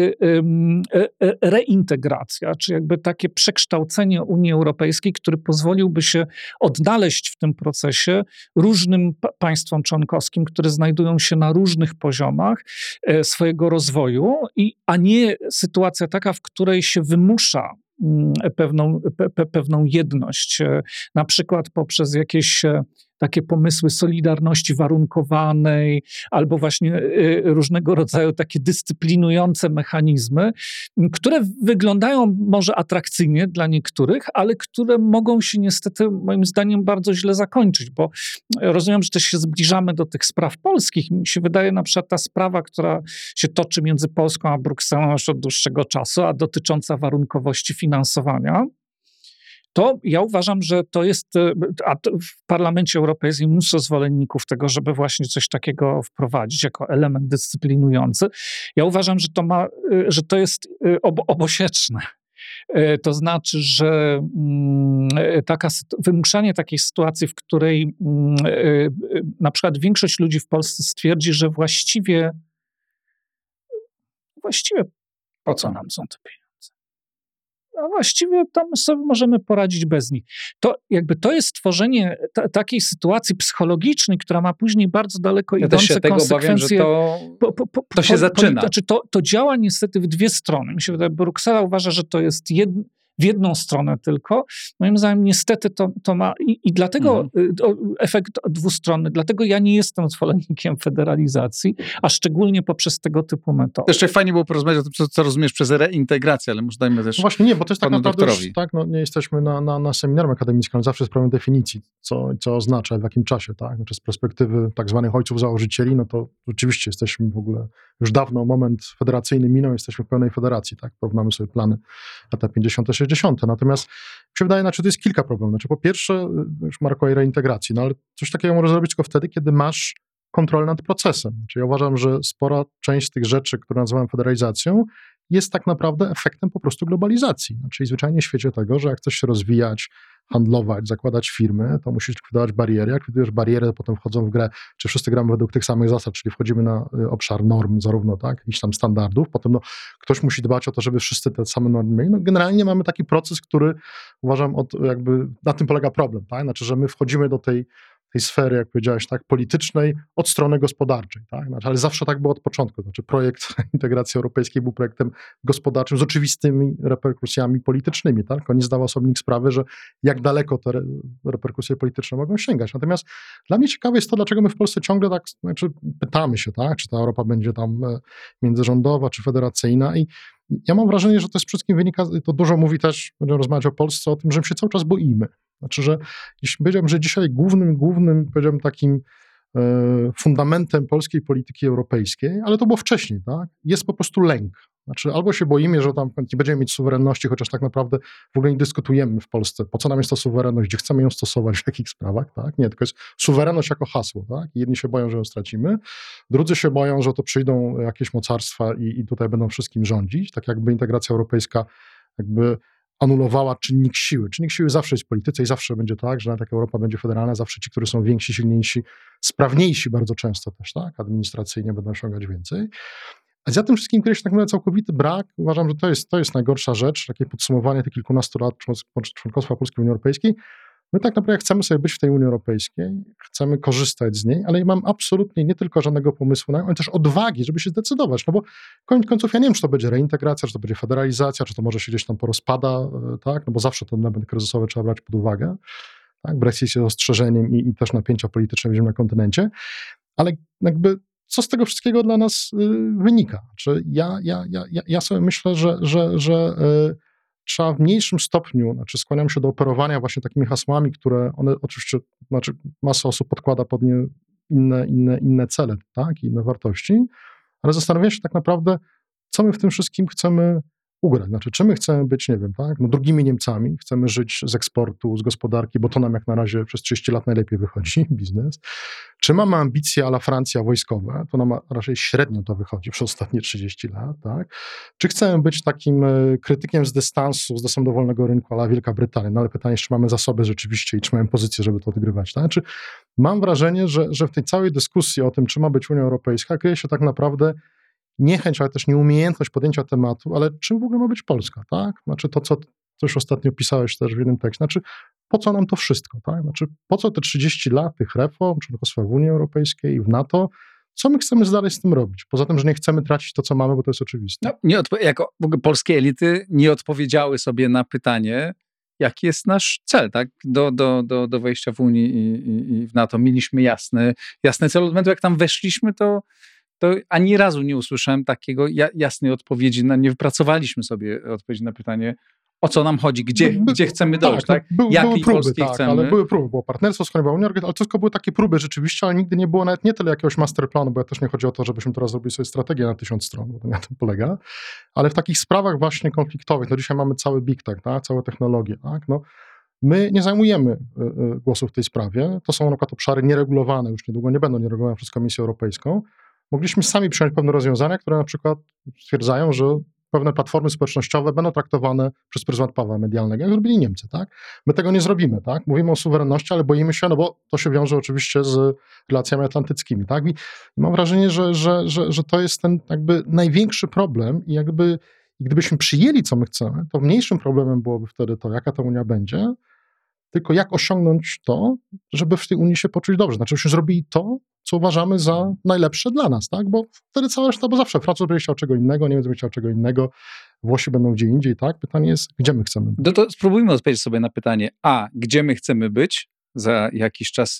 reintegracja, czy jakby takie przekształcenie Unii Europejskiej, który pozwoliłby się odnaleźć w tym procesie różnym państwom członkowskim, które znajdują się na różnych poziomach swojego rozwoju, i, a nie sytuacja taka, w której się wymusza pewną, pe, pewną jedność, na przykład poprzez jakieś takie pomysły solidarności warunkowanej, albo właśnie różnego rodzaju takie dyscyplinujące mechanizmy, które wyglądają może atrakcyjnie dla niektórych, ale które mogą się niestety, moim zdaniem, bardzo źle zakończyć, bo rozumiem, że też się zbliżamy do tych spraw polskich. Mi się wydaje, na przykład ta sprawa, która się toczy między Polską a Brukselą już od dłuższego czasu, a dotycząca warunkowości finansowania, to ja uważam, że to jest, a to w Parlamencie Europejskim mnóstwo zwolenników tego, żeby właśnie coś takiego wprowadzić jako element dyscyplinujący. Ja uważam, że to ma, że to jest ob- obosieczne. To znaczy, że taka, wymuszanie takiej sytuacji, w której na przykład większość ludzi w Polsce stwierdzi, że właściwie właściwie po co nam są te pieniądze? A właściwie tam sobie możemy poradzić bez nich. To jakby to jest tworzenie ta, takiej sytuacji psychologicznej, która ma później bardzo daleko
ja
idące
też się tego
konsekwencje.
obawiam, że to,
po, po, po,
to się
po,
zaczyna.
Znaczy to, to działa niestety w dwie strony. Mi się wydaje, Bruksela uważa, że to jest jed, w jedną stronę tylko. Moim zdaniem niestety to, to ma i, i dlatego mhm. efekt dwustronny. Dlatego ja nie jestem zwolennikiem federalizacji, a szczególnie poprzez tego typu metody.
Jeszcze fajnie było porozmawiać o tym, co, co rozumiesz przez reintegrację, ale może dajmy też
no właśnie nie, bo to jest tak naprawdę
doktorowi.
Już, tak, no, nie jesteśmy na, na, na seminarium akademickim, ale zawsze sprawę definicji, co, co oznacza, w jakim czasie, tak? Znaczy z perspektywy tak zwanych ojców założycieli, no to rzeczywiście jesteśmy w ogóle, już dawno moment federacyjny minął, jesteśmy w pełnej federacji, tak? Porównamy sobie plany lata pięćdziesiąte, sześćdziesiąte. Natomiast mi się wydaje, znaczy to jest kilka problemów. Znaczy po pierwsze, już Marko, reintegracji, no ale coś takiego możesz zrobić tylko wtedy, kiedy masz kontrolę nad procesem. Znaczy ja uważam, że spora część z tych rzeczy, które nazywam federalizacją, jest tak naprawdę efektem po prostu globalizacji. Znaczy zwyczajnie w świecie tego, że jak chcesz się rozwijać, handlować, zakładać firmy, to musisz likwidować bariery. Jak likwidujesz bariery, to potem wchodzą w grę, czy wszyscy gramy według tych samych zasad, czyli wchodzimy na obszar norm, zarówno tak, jakichś tam standardów, potem no, ktoś musi dbać o to, żeby wszyscy te same normy mieli. No, generalnie mamy taki proces, który uważam, od, jakby na tym polega problem, tak? Znaczy, że my wchodzimy do tej tej sfery, jak powiedziałeś, tak, politycznej od strony gospodarczej, tak? Znaczy, ale zawsze tak było od początku. Znaczy projekt integracji europejskiej był projektem gospodarczym z oczywistymi reperkusjami politycznymi, tak? On nie zdawał sobie nikt sprawy, że jak daleko te reperkusje polityczne mogą sięgać. Natomiast dla mnie ciekawe jest to, dlaczego my w Polsce ciągle tak, znaczy pytamy się, tak, czy ta Europa będzie tam międzyrządowa, czy federacyjna, i ja mam wrażenie, że to jest wszystkim wynika, to dużo mówi też, będziemy rozmawiać o Polsce, o tym, że my się cały czas boimy. Znaczy, że jeśli powiedziałbym, że dzisiaj głównym, głównym, powiedziałbym takim e, fundamentem polskiej polityki europejskiej, ale to było wcześniej, tak, jest po prostu lęk. Znaczy albo się boimy, że tam nie będziemy mieć suwerenności, chociaż tak naprawdę w ogóle nie dyskutujemy w Polsce, po co nam jest ta suwerenność, gdzie chcemy ją stosować, w jakich sprawach, tak? Nie, tylko jest suwerenność jako hasło, tak? Jedni się boją, że ją stracimy, drudzy się boją, że to przyjdą jakieś mocarstwa i, i tutaj będą wszystkim rządzić, tak jakby integracja europejska jakby anulowała czynnik siły. Czynnik siły zawsze jest w polityce i zawsze będzie tak, że nawet jak Europa będzie federalna, zawsze ci, którzy są więksi, silniejsi, sprawniejsi bardzo często też, tak? Administracyjnie będą osiągać więcej. A za tym wszystkim kiedyś tak naprawdę całkowity brak, uważam, że to jest, to jest najgorsza rzecz, takie podsumowanie tych kilkunastu lat członkostwa Polski w Unii Europejskiej. My tak naprawdę chcemy sobie być w tej Unii Europejskiej, chcemy korzystać z niej, ale mam absolutnie nie tylko żadnego pomysłu na nią, ale też odwagi, żeby się zdecydować, no bo koniec końców ja nie wiem, czy to będzie reintegracja, czy to będzie federalizacja, czy to może się gdzieś tam porozpada, tak, no bo zawsze ten element kryzysowy trzeba brać pod uwagę, tak, Brexit jest ostrzeżeniem i, i też napięcia polityczne widzimy na kontynencie, ale jakby co z tego wszystkiego dla nas y, wynika? Czy ja, ja, ja, ja sobie myślę, że, że, że y, trzeba w mniejszym stopniu, znaczy skłaniam się do operowania właśnie takimi hasłami, które one oczywiście, znaczy masa osób podkłada pod nie inne, inne, inne cele, tak, inne wartości, ale zastanawiam się tak naprawdę, co my w tym wszystkim chcemy ugrać. Znaczy, czy my chcemy być, nie wiem, tak, no drugimi Niemcami, chcemy żyć z eksportu, z gospodarki, bo to nam jak na razie przez trzydzieści lat najlepiej wychodzi, biznes. Czy mamy ambicje a la Francja wojskowe, to nam raczej średnio to wychodzi przez ostatnie trzydzieści lat, tak. Czy chcemy być takim krytykiem z dystansu, z dostępu do wolnego rynku a la Wielka Brytania, no ale pytanie, czy mamy zasoby rzeczywiście i czy mamy pozycję, żeby to odgrywać, tak. Czy mam wrażenie, że, że w tej całej dyskusji o tym, czy ma być Unia Europejska, kryje się tak naprawdę niechęć, ale też nieumiejętność podjęcia tematu, ale czym w ogóle ma być Polska, tak? Znaczy to, co coś ostatnio pisałeś też w jednym tekście, znaczy po co nam to wszystko, tak? Znaczy po co te trzydzieści lat tych reform, członkostwa w Unii Europejskiej i w NATO, co my chcemy dalej z tym robić? Poza tym, że nie chcemy tracić to, co mamy, bo to jest oczywiste.
No, nie odpo- jako w ogóle polskie elity nie odpowiedziały sobie na pytanie, jaki jest nasz cel, tak? Do, do, do, do wejścia w Unii i, i, i w NATO. Mieliśmy jasny, jasny cel. Od momentu, jak tam weszliśmy, to to ani razu nie usłyszałem takiego jasnej odpowiedzi, na, nie wypracowaliśmy sobie odpowiedzi na pytanie, o co nam chodzi, gdzie,
By,
gdzie chcemy dojść, tak?
tak? By,
Jakiej
były próby,
Polski
tak,
chcemy.
ale były próby, było partnerstwo z Unią Europejską, ale to tylko były takie próby rzeczywiście, ale nigdy nie było nawet nie tyle jakiegoś masterplanu, bo ja też nie chodzi o to, żebyśmy teraz zrobili sobie strategię na tysiąc stron, bo to na tym polega, ale w takich sprawach właśnie konfliktowych, no dzisiaj mamy cały big tech, tak? Całe technologie, tak? No, my nie zajmujemy y, y, głosu w tej sprawie, to są na przykład obszary nieregulowane, już niedługo nie będą nieregulowane przez Komisję Europejską. Mogliśmy sami przyjąć pewne rozwiązania, które na przykład stwierdzają, że pewne platformy społecznościowe będą traktowane przez pryzmat prawa medialnego, jak zrobili Niemcy, tak? My tego nie zrobimy, tak? Mówimy o suwerenności, ale boimy się, no bo to się wiąże oczywiście z relacjami atlantyckimi, tak? I mam wrażenie, że, że, że, że to jest ten jakby największy problem i jakby gdybyśmy przyjęli, co my chcemy, to mniejszym problemem byłoby wtedy to, jaka ta Unia będzie, tylko jak osiągnąć to, żeby w tej Unii się poczuć dobrze. Znaczy, byśmy zrobili to, co uważamy za najlepsze dla nas, tak? Bo wtedy cała reszta, bo zawsze Francuz będzie chciał czego innego, Niemiec będzie chciał czego innego, Włosi będą gdzie indziej, tak? Pytanie jest, gdzie my chcemy być?
No to spróbujmy odpowiedzieć sobie na pytanie, a gdzie my chcemy być za jakiś czas,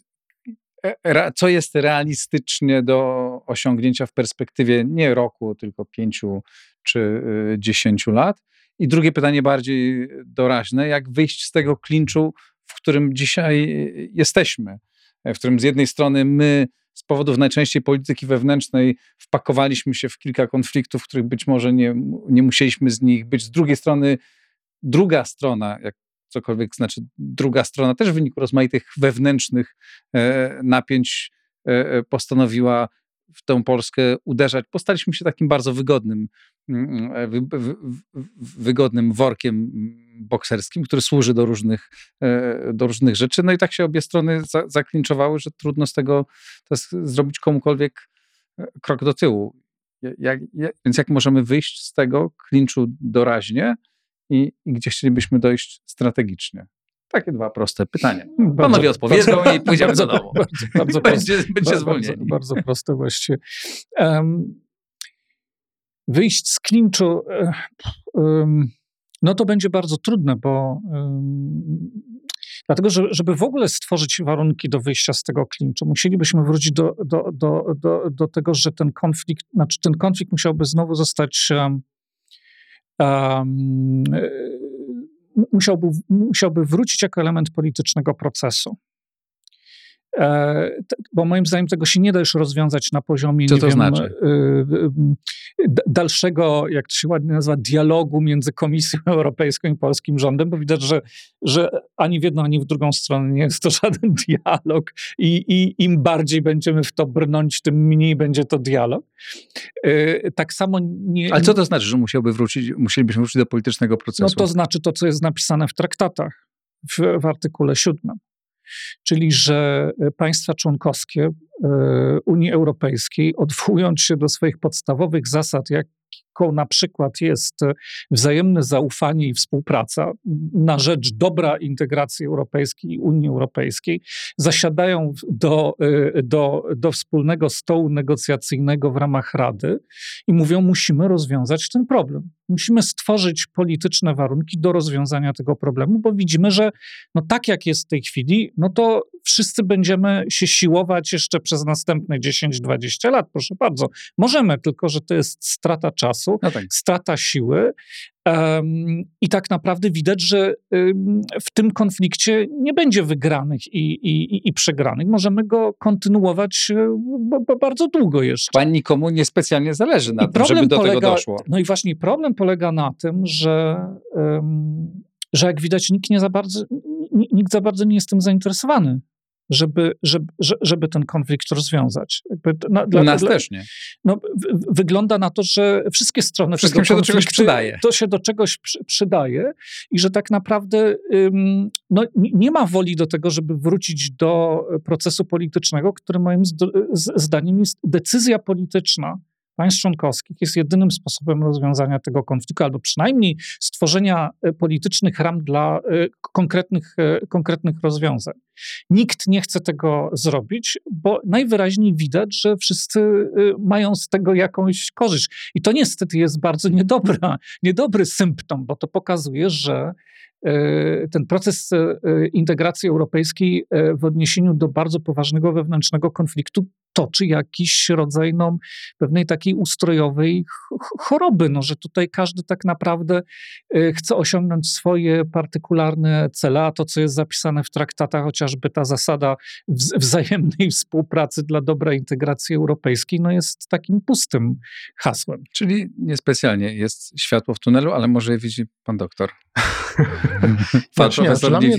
co jest realistycznie do osiągnięcia w perspektywie nie roku, tylko pięciu czy dziesięciu lat. I drugie pytanie bardziej doraźne, jak wyjść z tego klinczu, w którym dzisiaj jesteśmy, w którym z jednej strony my z powodów najczęściej polityki wewnętrznej wpakowaliśmy się w kilka konfliktów, w których być może nie, nie musieliśmy z nich być. Z drugiej strony druga strona, jak cokolwiek znaczy druga strona, też w wyniku rozmaitych wewnętrznych e, napięć e, postanowiła w tę Polskę uderzać. Postaliśmy się takim bardzo wygodnym, wy, wy, wygodnym workiem bokserskim, który służy do różnych, do różnych rzeczy. No i tak się obie strony za, zaklinczowały, że trudno z tego zrobić komukolwiek krok do tyłu. Jak, jak, więc jak możemy wyjść z tego klinczu doraźnie i, i gdzie chcielibyśmy dojść strategicznie? Takie dwa proste pytania. Panowie bardzo, odpowiedzą bardzo, i pójdziemy do domu.
Bardzo, bardzo
będzie
proste,
będzie zwolnieni.
Bardzo, bardzo proste właściwie. Um, wyjść z klinczu, um, no to będzie bardzo trudne, bo um, dlatego, że, żeby w ogóle stworzyć warunki do wyjścia z tego klinczu, musielibyśmy wrócić do, do, do, do, do tego, że ten konflikt, znaczy ten konflikt musiałby znowu zostać um, um, Musiałby, musiałby wrócić jako element politycznego procesu. E, t, bo moim zdaniem tego się nie da już rozwiązać na poziomie,
Co
nie
to
wiem,
znaczy?
y, y, dalszego, jak to się ładnie nazywa, dialogu między Komisją Europejską i polskim rządem, bo widać, że, że ani w jedną, ani w drugą stronę nie jest to żaden dialog i, i im bardziej będziemy w to brnąć, tym mniej będzie to dialog. Y, tak samo nie...
Ale co to znaczy, że musiałby wrócić, musielibyśmy wrócić do politycznego procesu?
No to znaczy to, co jest napisane w traktatach, w, w artykule siódmym. Czyli, że państwa członkowskie Unii Europejskiej, odwołując się do swoich podstawowych zasad, jaką na przykład jest wzajemne zaufanie i współpraca na rzecz dobra integracji europejskiej i Unii Europejskiej, zasiadają do, do, do wspólnego stołu negocjacyjnego w ramach Rady i mówią, musimy rozwiązać ten problem. Musimy stworzyć polityczne warunki do rozwiązania tego problemu, bo widzimy, że no tak jak jest w tej chwili, no to wszyscy będziemy się siłować jeszcze przez następne dziesięć dwadzieścia lat. Proszę bardzo, możemy, tylko że to jest strata czasu, no tak. strata siły Um, I tak naprawdę widać, że um, w tym konflikcie nie będzie wygranych i, i, i przegranych. Możemy go kontynuować b, b, bardzo długo jeszcze.
Chyba nikomu niespecjalnie zależy na
I
tym, żeby do
polega,
tego doszło.
No i właśnie problem polega na tym, że, um, że jak widać nikt, nie za bardzo, nikt za bardzo nie jest tym zainteresowany, żeby, żeby, żeby ten konflikt rozwiązać. Jakby na, dla,
U nas
dla,
też nie.
No, w, wygląda na to, że wszystkie strony
Wszystkim się do czegoś przydaje.
To się do czegoś przy, przydaje i że tak naprawdę ym, no, nie, nie ma woli do tego, żeby wrócić do procesu politycznego, który moim zdaniem jest decyzja polityczna państw członkowskich jest jedynym sposobem rozwiązania tego konfliktu, albo przynajmniej stworzenia politycznych ram dla konkretnych, konkretnych rozwiązań. Nikt nie chce tego zrobić, bo najwyraźniej widać, że wszyscy mają z tego jakąś korzyść. I to niestety jest bardzo niedobra, niedobry symptom, bo to pokazuje, że ten proces integracji europejskiej w odniesieniu do bardzo poważnego wewnętrznego konfliktu toczy jakiś rodzaj no, pewnej takiej ustrojowej choroby, no, że tutaj każdy tak naprawdę chce osiągnąć swoje partykularne cele, a to, co jest zapisane w traktatach, chociażby ta zasada wzajemnej współpracy dla dobra integracji europejskiej, no jest takim pustym hasłem.
Czyli niespecjalnie jest światło w tunelu, ale może je widzi pan doktor.
Pan profesor nie widzi.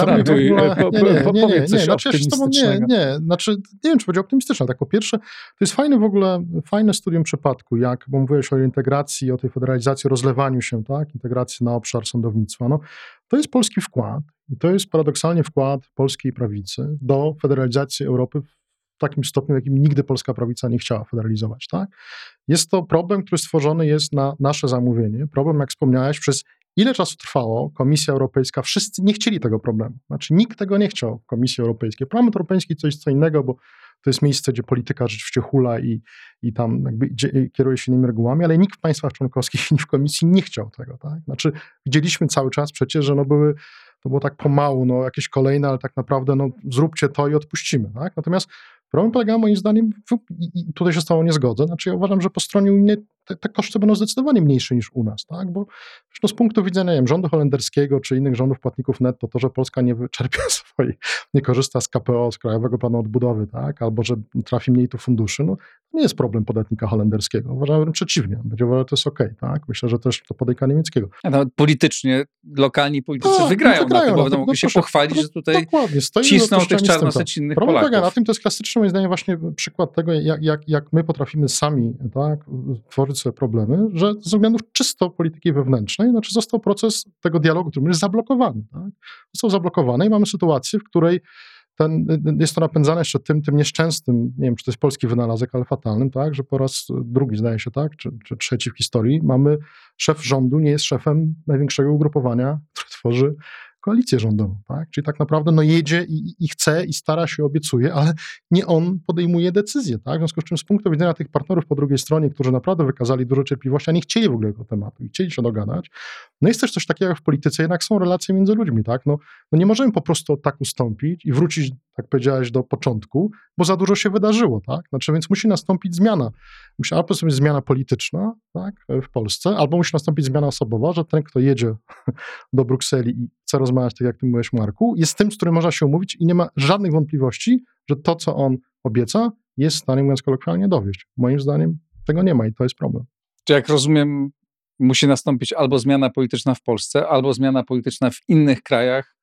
Nie, nie, nie, znaczy ja się z tobą nie, nie, znaczy nie wiem, czy będzie optymistyczna. Tak po pierwsze, to jest fajne w ogóle, fajne studium przypadku, jak, bo mówiłeś o integracji, o tej federalizacji, rozlewaniu się, tak, integracji na obszar sądownictwa, no, to jest polski wkład i to jest paradoksalnie wkład polskiej prawicy do federalizacji Europy w takim stopniu, w jakim nigdy polska prawica nie chciała federalizować, tak. Jest to problem, który stworzony jest na nasze zamówienie, problem, jak wspomniałeś, przez ile czasu trwało Komisja Europejska? Wszyscy nie chcieli tego problemu. Znaczy nikt tego nie chciał w Komisji Europejskiej. Parlament Europejski to jest co innego, bo to jest miejsce, gdzie polityka rzeczywiście hula i, i tam jakby gdzie, kieruje się innymi regułami, ale nikt w państwach członkowskich ani w Komisji nie chciał tego. Tak? Znaczy widzieliśmy cały czas przecież, że no były, to było tak pomału, no jakieś kolejne, ale tak naprawdę no zróbcie to i odpuścimy. Tak? Natomiast problem polega moim zdaniem, i tutaj się z tobą nie zgodzę, znaczy ja uważam, że po stronie unijnej te, te koszty będą zdecydowanie mniejsze niż u nas, tak? Bo no, z punktu widzenia nie wiem, rządu holenderskiego czy innych rządów płatników netto, to, że Polska nie wyczerpie swojej, nie korzysta z K P O, z Krajowego Planu Odbudowy, tak? Albo że trafi mniej tu funduszy, no nie jest problem podatnika holenderskiego. Uważam wręcz przeciwnie. Będzie uważał, że to jest okej, okay, tak? Myślę, że też to podatnika niemieckiego.
A nawet politycznie, lokalni politycy
no,
wygrają,
no, wygrają
na tym, bo będą
no,
mogli
no,
się
proszę,
pochwalić,
no,
że tutaj
dokładnie,
cisną tych czarnosyć innych
Problem
Polaków.
polega na tym, to jest klasyczny moim zdaniem właśnie przykład tego, jak, jak, jak my potrafimy sami tak, tworzyć sobie problemy, że ze względów czysto polityki wewnętrznej, znaczy został proces tego dialogu, który jest zablokowany. Tak? Został zablokowany i mamy sytuację, w której ten, jest to napędzane jeszcze tym, tym nieszczęsnym, nie wiem, czy to jest polski wynalazek, ale fatalnym, tak, że po raz drugi, zdaje się, tak, czy, czy trzeci w historii, mamy szef rządu, nie jest szefem największego ugrupowania, które tworzy koalicję rządową, tak? Czyli tak naprawdę no jedzie i, i chce i stara się, obiecuje, ale nie on podejmuje decyzje, tak? W związku z czym z punktu widzenia tych partnerów po drugiej stronie, którzy naprawdę wykazali dużo cierpliwości, a nie chcieli w ogóle tego tematu i chcieli się dogadać, no jest też coś takiego jak w polityce, jednak są relacje między ludźmi, tak? No, no nie możemy po prostu tak ustąpić i wrócić, tak powiedziałeś, do początku, bo za dużo się wydarzyło, tak? Znaczy, więc musi nastąpić zmiana. Musi albo być zmiana polityczna, tak, w Polsce, albo musi nastąpić zmiana osobowa, że ten, kto jedzie do Brukseli i chce rozmawiać, tak jak ty mówiłeś, Marku, jest tym, z którym można się umówić i nie ma żadnych wątpliwości, że to, co on obieca, jest w stanie, mówiąc kolokwialnie, dowieść. Moim zdaniem tego nie ma i to jest problem.
Czy jak rozumiem, musi nastąpić albo zmiana polityczna w Polsce, albo zmiana polityczna w innych krajach,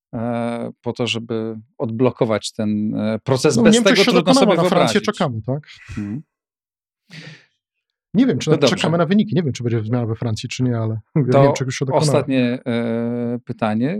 e, po to, żeby odblokować ten e, proces. No, bez tego trudno dokonała, sobie
na
wyobrazić.
Francję czekamy, tak? Hmm. Nie wiem, czy no czekamy na wyniki. Nie wiem, czy będzie zmiana we Francji, czy nie, ale
to
wiem, czy już się dokonała.
Ostatnie e, pytanie.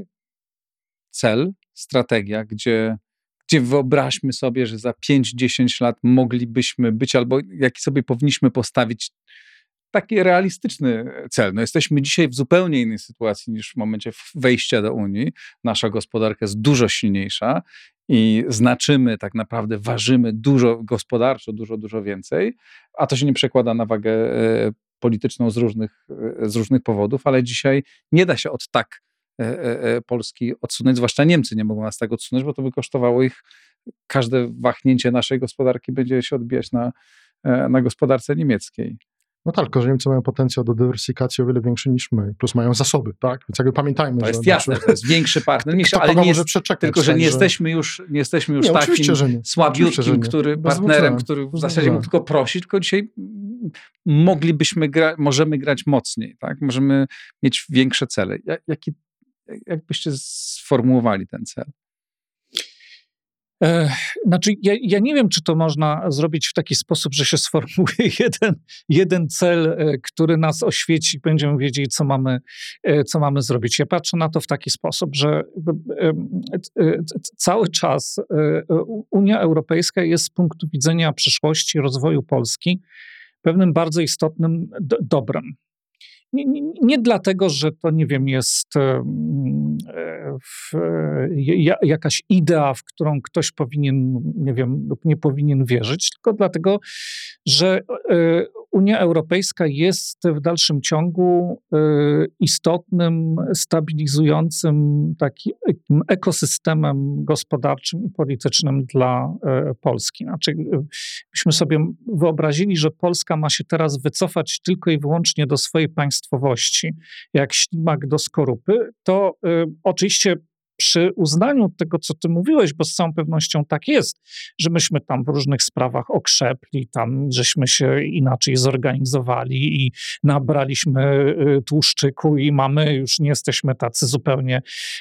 Cel, strategia, gdzie, gdzie wyobraźmy sobie, że za pięć dziesięć lat moglibyśmy być, albo jaki sobie powinniśmy postawić taki realistyczny cel. No jesteśmy dzisiaj w zupełnie innej sytuacji niż w momencie wejścia do Unii. Nasza gospodarka jest dużo silniejsza i znaczymy, tak naprawdę ważymy dużo gospodarczo, dużo, dużo więcej, a to się nie przekłada na wagę e, polityczną z różnych, e, z różnych powodów, ale dzisiaj nie da się od tak e, e, Polski odsunąć, zwłaszcza Niemcy nie mogą nas tak odsunąć, bo to by kosztowało ich, każde wahnięcie naszej gospodarki będzie się odbijać na, e, na gospodarce niemieckiej.
No tak, tylko że Niemcy mają potencjał do dywersyfikacji o wiele większy niż my, plus mają zasoby, tak? Więc jakby pamiętajmy,
To
że...
jest jasne, to jest większy partner, mniejszy, ale nie
może
jest,
przeczekać,
tylko, że
tak,
nie
że...
jesteśmy już, nie jesteśmy już
Nie,
takim
oczywiście, że nie. Oczywiście, że
słabiutkim,
nie.
który,
Bez
partnerem,
dwóch
który w
bez
zasadzie
dwóch
mógł tylko prosić, tylko dzisiaj moglibyśmy grać, możemy grać mocniej, tak? Możemy mieć większe cele. Jak, jaki, jak byście sformułowali ten cel?
E, znaczy, ja, ja nie wiem, czy to można zrobić w taki sposób, że się sformułuje jeden, jeden cel, e, który nas oświeci, będziemy wiedzieli, co mamy, e, co mamy zrobić. Ja patrzę na to w taki sposób, że e, e, cały czas e, Unia Europejska jest z punktu widzenia przyszłości, rozwoju Polski pewnym bardzo istotnym do, dobrem. Nie, nie, nie dlatego, że to, nie wiem, jest e, w, ja, jakaś idea, w którą ktoś powinien, nie wiem, lub nie powinien wierzyć, tylko dlatego, że e, Unia Europejska jest w dalszym ciągu e, istotnym, stabilizującym takim ekosystemem gospodarczym i politycznym dla e, Polski. Znaczy, byśmy sobie wyobrazili, że Polska ma się teraz wycofać tylko i wyłącznie do swojej państwowości, jak ślimak do skorupy, to y, oczywiście przy uznaniu tego, co ty mówiłeś, bo z całą pewnością tak jest, że myśmy tam w różnych sprawach okrzepli, tam żeśmy się inaczej zorganizowali i nabraliśmy tłuszczyku i mamy, już nie jesteśmy tacy zupełnie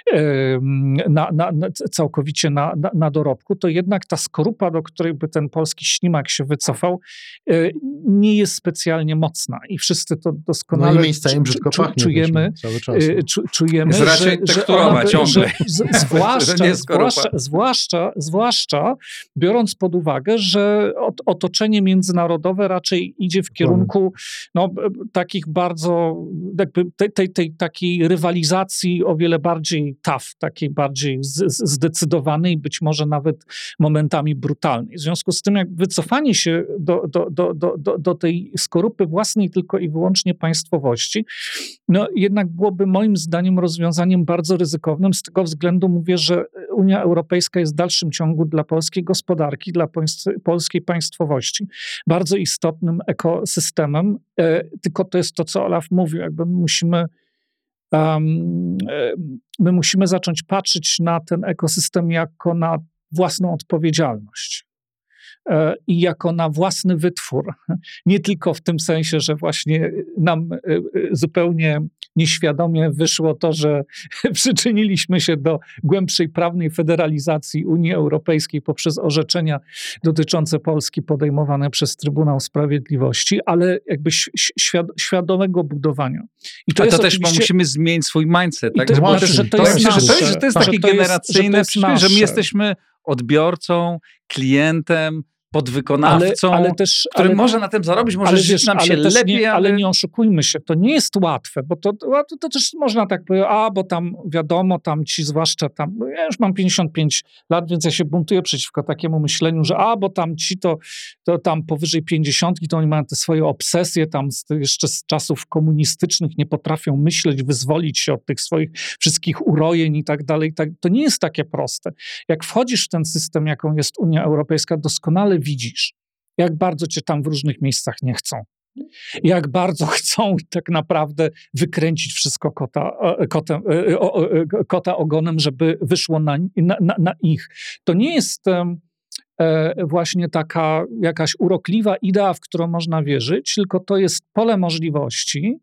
na, na, na, całkowicie na, na, na dorobku, to jednak ta skorupa, do której by ten polski ślimak się wycofał, nie jest specjalnie mocna i wszyscy to doskonale
no i miejsca im brzydko
czu,
pachnie,
czujemy,
cały czas.
Czu, czujemy,
jest
że,
raczej
że
tekturowa
ona,
ciągle.
Że, z, zwłaszcza, zwłaszcza, zwłaszcza, zwłaszcza biorąc pod uwagę, że otoczenie międzynarodowe raczej idzie w kierunku no, takich bardzo, jakby tej, tej, tej takiej rywalizacji o wiele bardziej tough, takiej bardziej z, z, zdecydowanej, być może nawet momentami brutalnej. W związku z tym, jak wycofanie się do, do, do, do, do, do tej skorupy własnej tylko i wyłącznie państwowości, no jednak byłoby moim zdaniem rozwiązaniem bardzo ryzykownym. Z tego względu mówię, że Unia Europejska jest w dalszym ciągu dla polskiej gospodarki, dla polskiej państwowości bardzo istotnym ekosystemem. E, tylko to jest to, co Olaf mówił, jakby musimy um, e, my musimy zacząć patrzeć na ten ekosystem jako na własną odpowiedzialność. I jako na własny wytwór. Nie tylko w tym sensie, że właśnie nam zupełnie nieświadomie wyszło to, że przyczyniliśmy się do głębszej prawnej federalizacji Unii Europejskiej poprzez orzeczenia dotyczące Polski podejmowane przez Trybunał Sprawiedliwości, ale jakby świad świadomego budowania. I
to, A to też oczywiście... musimy zmienić swój mindset. Tak?
To,
Właśnie,
że to,
to,
jest,
jest,
nasze,
że to, jest, że to jest
tak,
takie
że to
generacyjne,
jest, że, to jest
że my jesteśmy odbiorcą, klientem, podwykonawcą, ale, ale też, który ale, może na tym zarobić, może żyć nam się lepiej.
Nie,
ale...
ale nie oszukujmy się, to nie jest łatwe, bo to, to, to też można tak powiedzieć, a bo tam wiadomo, tam ci zwłaszcza tam, ja już mam pięćdziesiąt pięć lat, więc ja się buntuję przeciwko takiemu myśleniu, że a bo tam ci to, to tam powyżej pięćdziesiątki, to oni mają te swoje obsesje tam z, jeszcze z czasów komunistycznych, nie potrafią myśleć, wyzwolić się od tych swoich wszystkich urojeń i tak dalej. Tak, to nie jest takie proste. Jak wchodzisz w ten system, jaką jest Unia Europejska, doskonale widzisz, jak bardzo cię tam w różnych miejscach nie chcą. Jak bardzo chcą tak naprawdę wykręcić wszystko kota, kotem, kota ogonem, żeby wyszło na, na, na ich. To nie jest właśnie taka jakaś urokliwa idea, w którą można wierzyć, tylko to jest pole możliwości,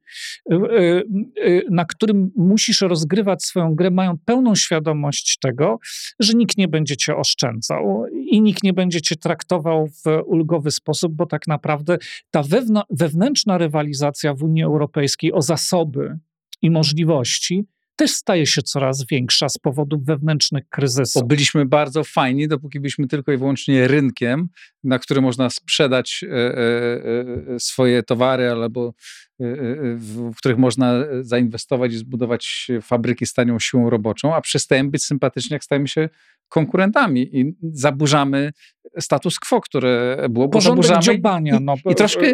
na którym musisz rozgrywać swoją grę, mając pełną świadomość tego, że nikt nie będzie cię oszczędzał i nikt nie będzie cię traktował w ulgowy sposób, bo tak naprawdę ta wewnętrzna rywalizacja w Unii Europejskiej o zasoby i możliwości też staje się coraz większa z powodów wewnętrznych kryzysów.
Bo byliśmy bardzo fajni, dopóki byliśmy tylko i wyłącznie rynkiem, na którym można sprzedać e, e, swoje towary albo e, w, w których można zainwestować i zbudować fabryki z tanią siłą roboczą, a przestajemy być sympatyczni, jak stajemy się konkurentami i zaburzamy status quo, które było, bo
porządek
zaburzamy
dziobania.
I,
no,
i troszkę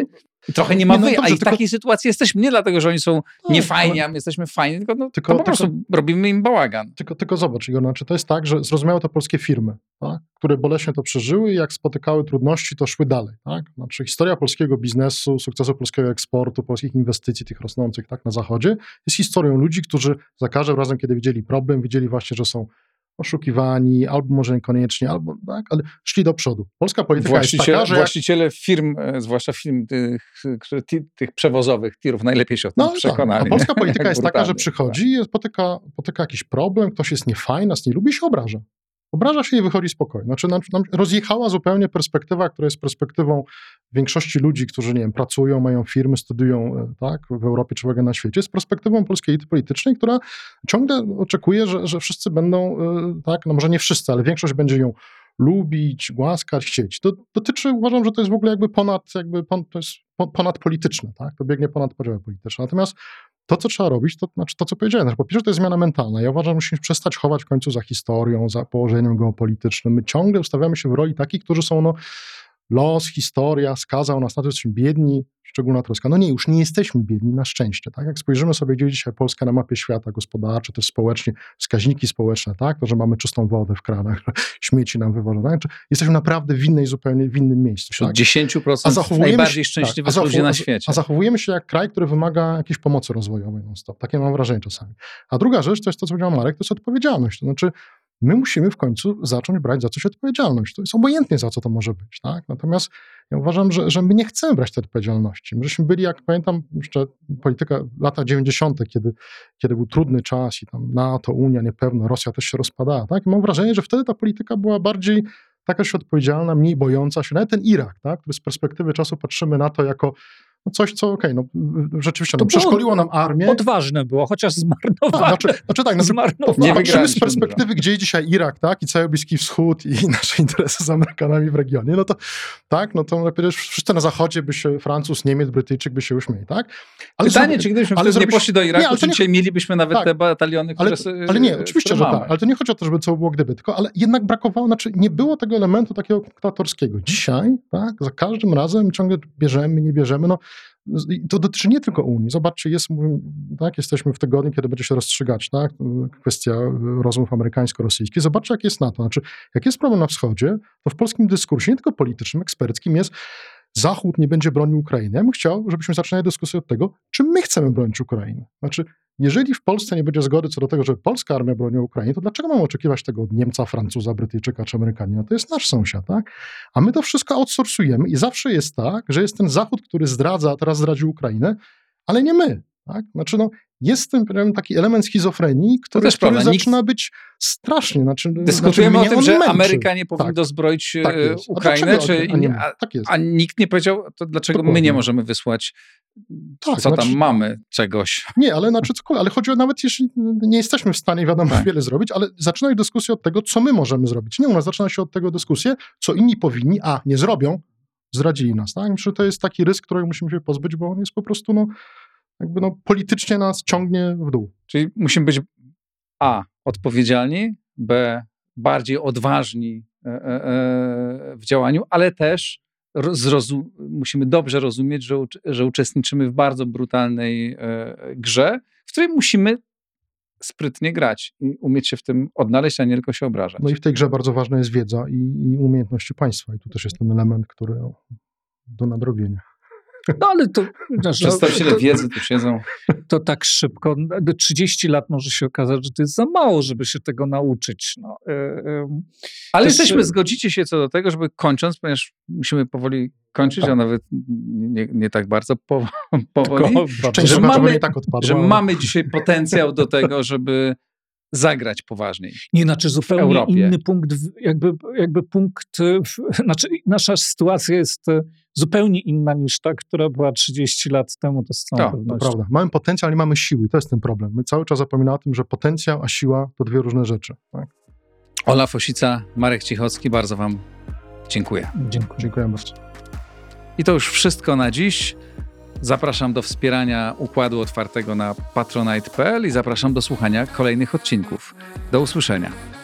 Trochę nie ma
Nie, no
wy,
dobrze,
a i w
tylko-
takiej sytuacji jesteśmy nie dlatego, że oni są
Tak,
niefajni,
ale-
a my jesteśmy fajni, tylko, no,
Tylko-
to po prostu robimy im bałagan.
Tylko, tylko zobacz, Igor, znaczy to jest tak, że zrozumiałe to polskie firmy, tak, które boleśnie to przeżyły i jak spotykały trudności, to szły dalej. Tak? Znaczy historia polskiego biznesu, sukcesu polskiego eksportu, polskich inwestycji, tych rosnących tak, na zachodzie, jest historią ludzi, którzy za każdym razem, kiedy widzieli problem, widzieli właśnie, że są oszukiwani, albo może niekoniecznie, albo tak, ale szli do przodu. Polska polityka jest
Właściciele,
taka, że jak
właściciele firm, e, zwłaszcza firm tych, które, ti- tych przewozowych tirów, najlepiej się o tym
No,
przekonali.
tak. A polska
nie?
polityka
Jak
jest taka, że
brutalnie.
przychodzi, jest- spotyka, spotyka jakiś problem, ktoś jest niefajny, nas nie lubi, się obraża. Obraża się i wychodzi spokojnie. Znaczy nam, nam rozjechała zupełnie perspektywa, która jest perspektywą większości ludzi, którzy, nie wiem, pracują, mają firmy, studiują e, tak, w Europie czy w ogóle na świecie, jest perspektywą polskiej elity politycznej, która ciągle oczekuje, że, że wszyscy będą, e, tak, no może nie wszyscy, ale większość będzie ją lubić, głaskać, chcieć. To dotyczy, uważam, że to jest w ogóle jakby ponad, jakby pon, to jest po- ponadpolityczne, tak? To biegnie ponad podziały polityczne. Natomiast to, co trzeba robić, to znaczy to, co powiedziałem, że po pierwsze to jest zmiana mentalna. Ja uważam, że musimy przestać chować w końcu za historią, za położeniem geopolitycznym. My ciągle ustawiamy się w roli takich, którzy są, no, los, historia skazał nas na to, że jesteśmy biedni, szczególna troska. No nie, już nie jesteśmy biedni, na szczęście. Tak? Jak spojrzymy sobie, gdzie dzisiaj Polska na mapie świata, gospodarczo, też społecznie, wskaźniki społeczne, tak? To, że mamy czystą wodę w kranach, że śmieci nam wywożą, tak? Czy jesteśmy naprawdę w innej, zupełnie w innym miejscu.
Wśród
Tak?
dziesięć procent najbardziej szczęśliwych
tak, a
ludzi na
zachowu-
świecie.
A zachowujemy się jak kraj, który wymaga jakiejś pomocy rozwojowej non-stop. Takie mam wrażenie czasami. A druga rzecz, to jest to, co powiedział Marek, to jest odpowiedzialność. To znaczy, my musimy w końcu zacząć brać za coś odpowiedzialność. To jest obojętnie, za co to może być. Tak? Natomiast ja uważam, że, że my nie chcemy brać tej odpowiedzialności. My żeśmy byli, jak pamiętam, jeszcze polityka lata dziewięćdziesiąte, kiedy, kiedy był trudny czas i tam NATO, Unia niepewna, Rosja też się rozpadała. Tak? I mam wrażenie, że wtedy ta polityka była bardziej taka się odpowiedzialna, mniej bojąca się. Nawet ten Irak, tak? Który z perspektywy czasu patrzymy na to jako no coś, co okej, okay, no rzeczywiście, no,
To było
przeszkoliło nam armię.
Odważne było, chociaż
Tak,
zmarnowane.
znaczy, znaczy tak, znaczy,
Zmarnowane.
Nie
patrzymy z
wygraliśmy
perspektywy, gdzie jest dzisiaj Irak, tak, i cały Bliski Wschód i nasze interesy z Amerykanami w regionie, no to tak, no to przecież wszyscy na zachodzie by się, Francuz, Niemiec, Brytyjczyk by się uśmieli, tak? Ale
Pytanie,
zrobi-
czy gdybyśmy
ale
wtedy nie
zrobić-
poszli do Iraku,
Nie, ale to
czy
nie-
dzisiaj mielibyśmy nawet
tak,
te bataliony, które
ale,
s-
ale nie, oczywiście,
które
że
mamy.
tak, ale to nie chodzi o to, żeby co było gdyby, tylko ale jednak brakowało, znaczy nie było tego elementu takiego dyktatorskiego. Dzisiaj, tak, za każdym razem ciągle bierzemy, nie bierzemy, no i to dotyczy nie tylko Unii. Zobaczcie, jest, mówię, tak, jesteśmy w tygodniu, kiedy będzie się rozstrzygać, tak, kwestia rozmów amerykańsko-rosyjskich. Zobaczcie, jak jest NATO. Znaczy, jak jest problem na wschodzie, to w polskim dyskursie, nie tylko politycznym, eksperckim, jest Zachód nie będzie bronił Ukrainy. Ja bym chciał, żebyśmy zaczynali dyskusję od tego, czy my chcemy bronić Ukrainy. Znaczy, jeżeli w Polsce nie będzie zgody co do tego, żeby polska armia broniła Ukrainy, to dlaczego mamy oczekiwać tego od Niemca, Francuza, Brytyjczyka czy Amerykanina? To jest nasz sąsiad, tak? A my to wszystko outsourcujemy i zawsze jest tak, że jest ten Zachód, który zdradza, a teraz zdradził Ukrainę, ale nie my, tak? Znaczy, no, jest ten powiem, taki element schizofrenii, który,
też
który
prawda. Nikt-
zaczyna być strasznie. Znaczy,
Dyskutujemy
znaczy,
o
mnie
tym,
on
że
męczy.
Ameryka nie powinna
Tak.
dozbroić
Tak
e,
jest. A
Ukrainę,
dlaczego?
czy,
A nie my.
a,
Tak jest.
a nikt nie powiedział, to dlaczego my
Dokładnie.
nie możemy wysłać,
Tak,
co tam
znaczy-
mamy, czegoś.
Nie, ale znaczy cokolwiek, ale chodzi o nawet, jeśli nie jesteśmy w stanie, wiadomo,
Tak.
wiele zrobić, ale zaczyna się dyskusja od tego, co my możemy zrobić. Nie u nas, zaczyna się od tego dyskusję, co inni powinni, a nie zrobią, zdradzili nas. Tak? Myślę, że to jest taki rysk, którego musimy się pozbyć, bo on jest po prostu, no, jakby no, politycznie nas ciągnie w dół.
Czyli musimy być A, odpowiedzialni, B, bardziej odważni e, e, e, w działaniu, ale też ro- zrozum- musimy dobrze rozumieć, że, ucz- że uczestniczymy w bardzo brutalnej e, grze, w której musimy sprytnie grać i umieć się w tym odnaleźć, a nie tylko się obrażać.
No i w tej grze bardzo ważna jest wiedza i, i umiejętności państwa. I tu też jest ten element, który no, do nadrobienia.
No ale to, wiesz, no,
Przedstawiciele
to,
wiedzy tu siedzą.
to tak szybko, no, trzydzieści lat może się okazać, że to jest za mało, żeby się tego nauczyć. No, y, y,
Ale
Też-
jesteśmy, zgodzicie się co do tego, żeby kończąc, ponieważ musimy powoli kończyć, a nawet nie, nie tak bardzo po, powoli,
tylko-
Część
że
słuchaczy
mamy-
pewnie tak odpadła.
że
ale-
mamy dzisiaj potencjał do tego, żeby zagrać poważniej.
Nie, znaczy zupełnie
Europie.
inny punkt, w- jakby, jakby punkt, y, w- znaczy nasza sytuacja jest y, zupełnie inna niż ta, która była trzydzieści lat temu, to z całą
To, to
To
pewnością.
prawda. Mamy potencjał, ale nie mamy siły i to jest ten problem. My cały czas zapominamy o tym, że potencjał, a siła to dwie różne rzeczy. Tak?
Ola Fosica, Marek Cichocki, bardzo wam dziękuję.
Dziękuję.
Dziękuję bardzo.
I to już wszystko na dziś. Zapraszam do wspierania Układu Otwartego na patronite kropka p l i zapraszam do słuchania kolejnych odcinków. Do usłyszenia.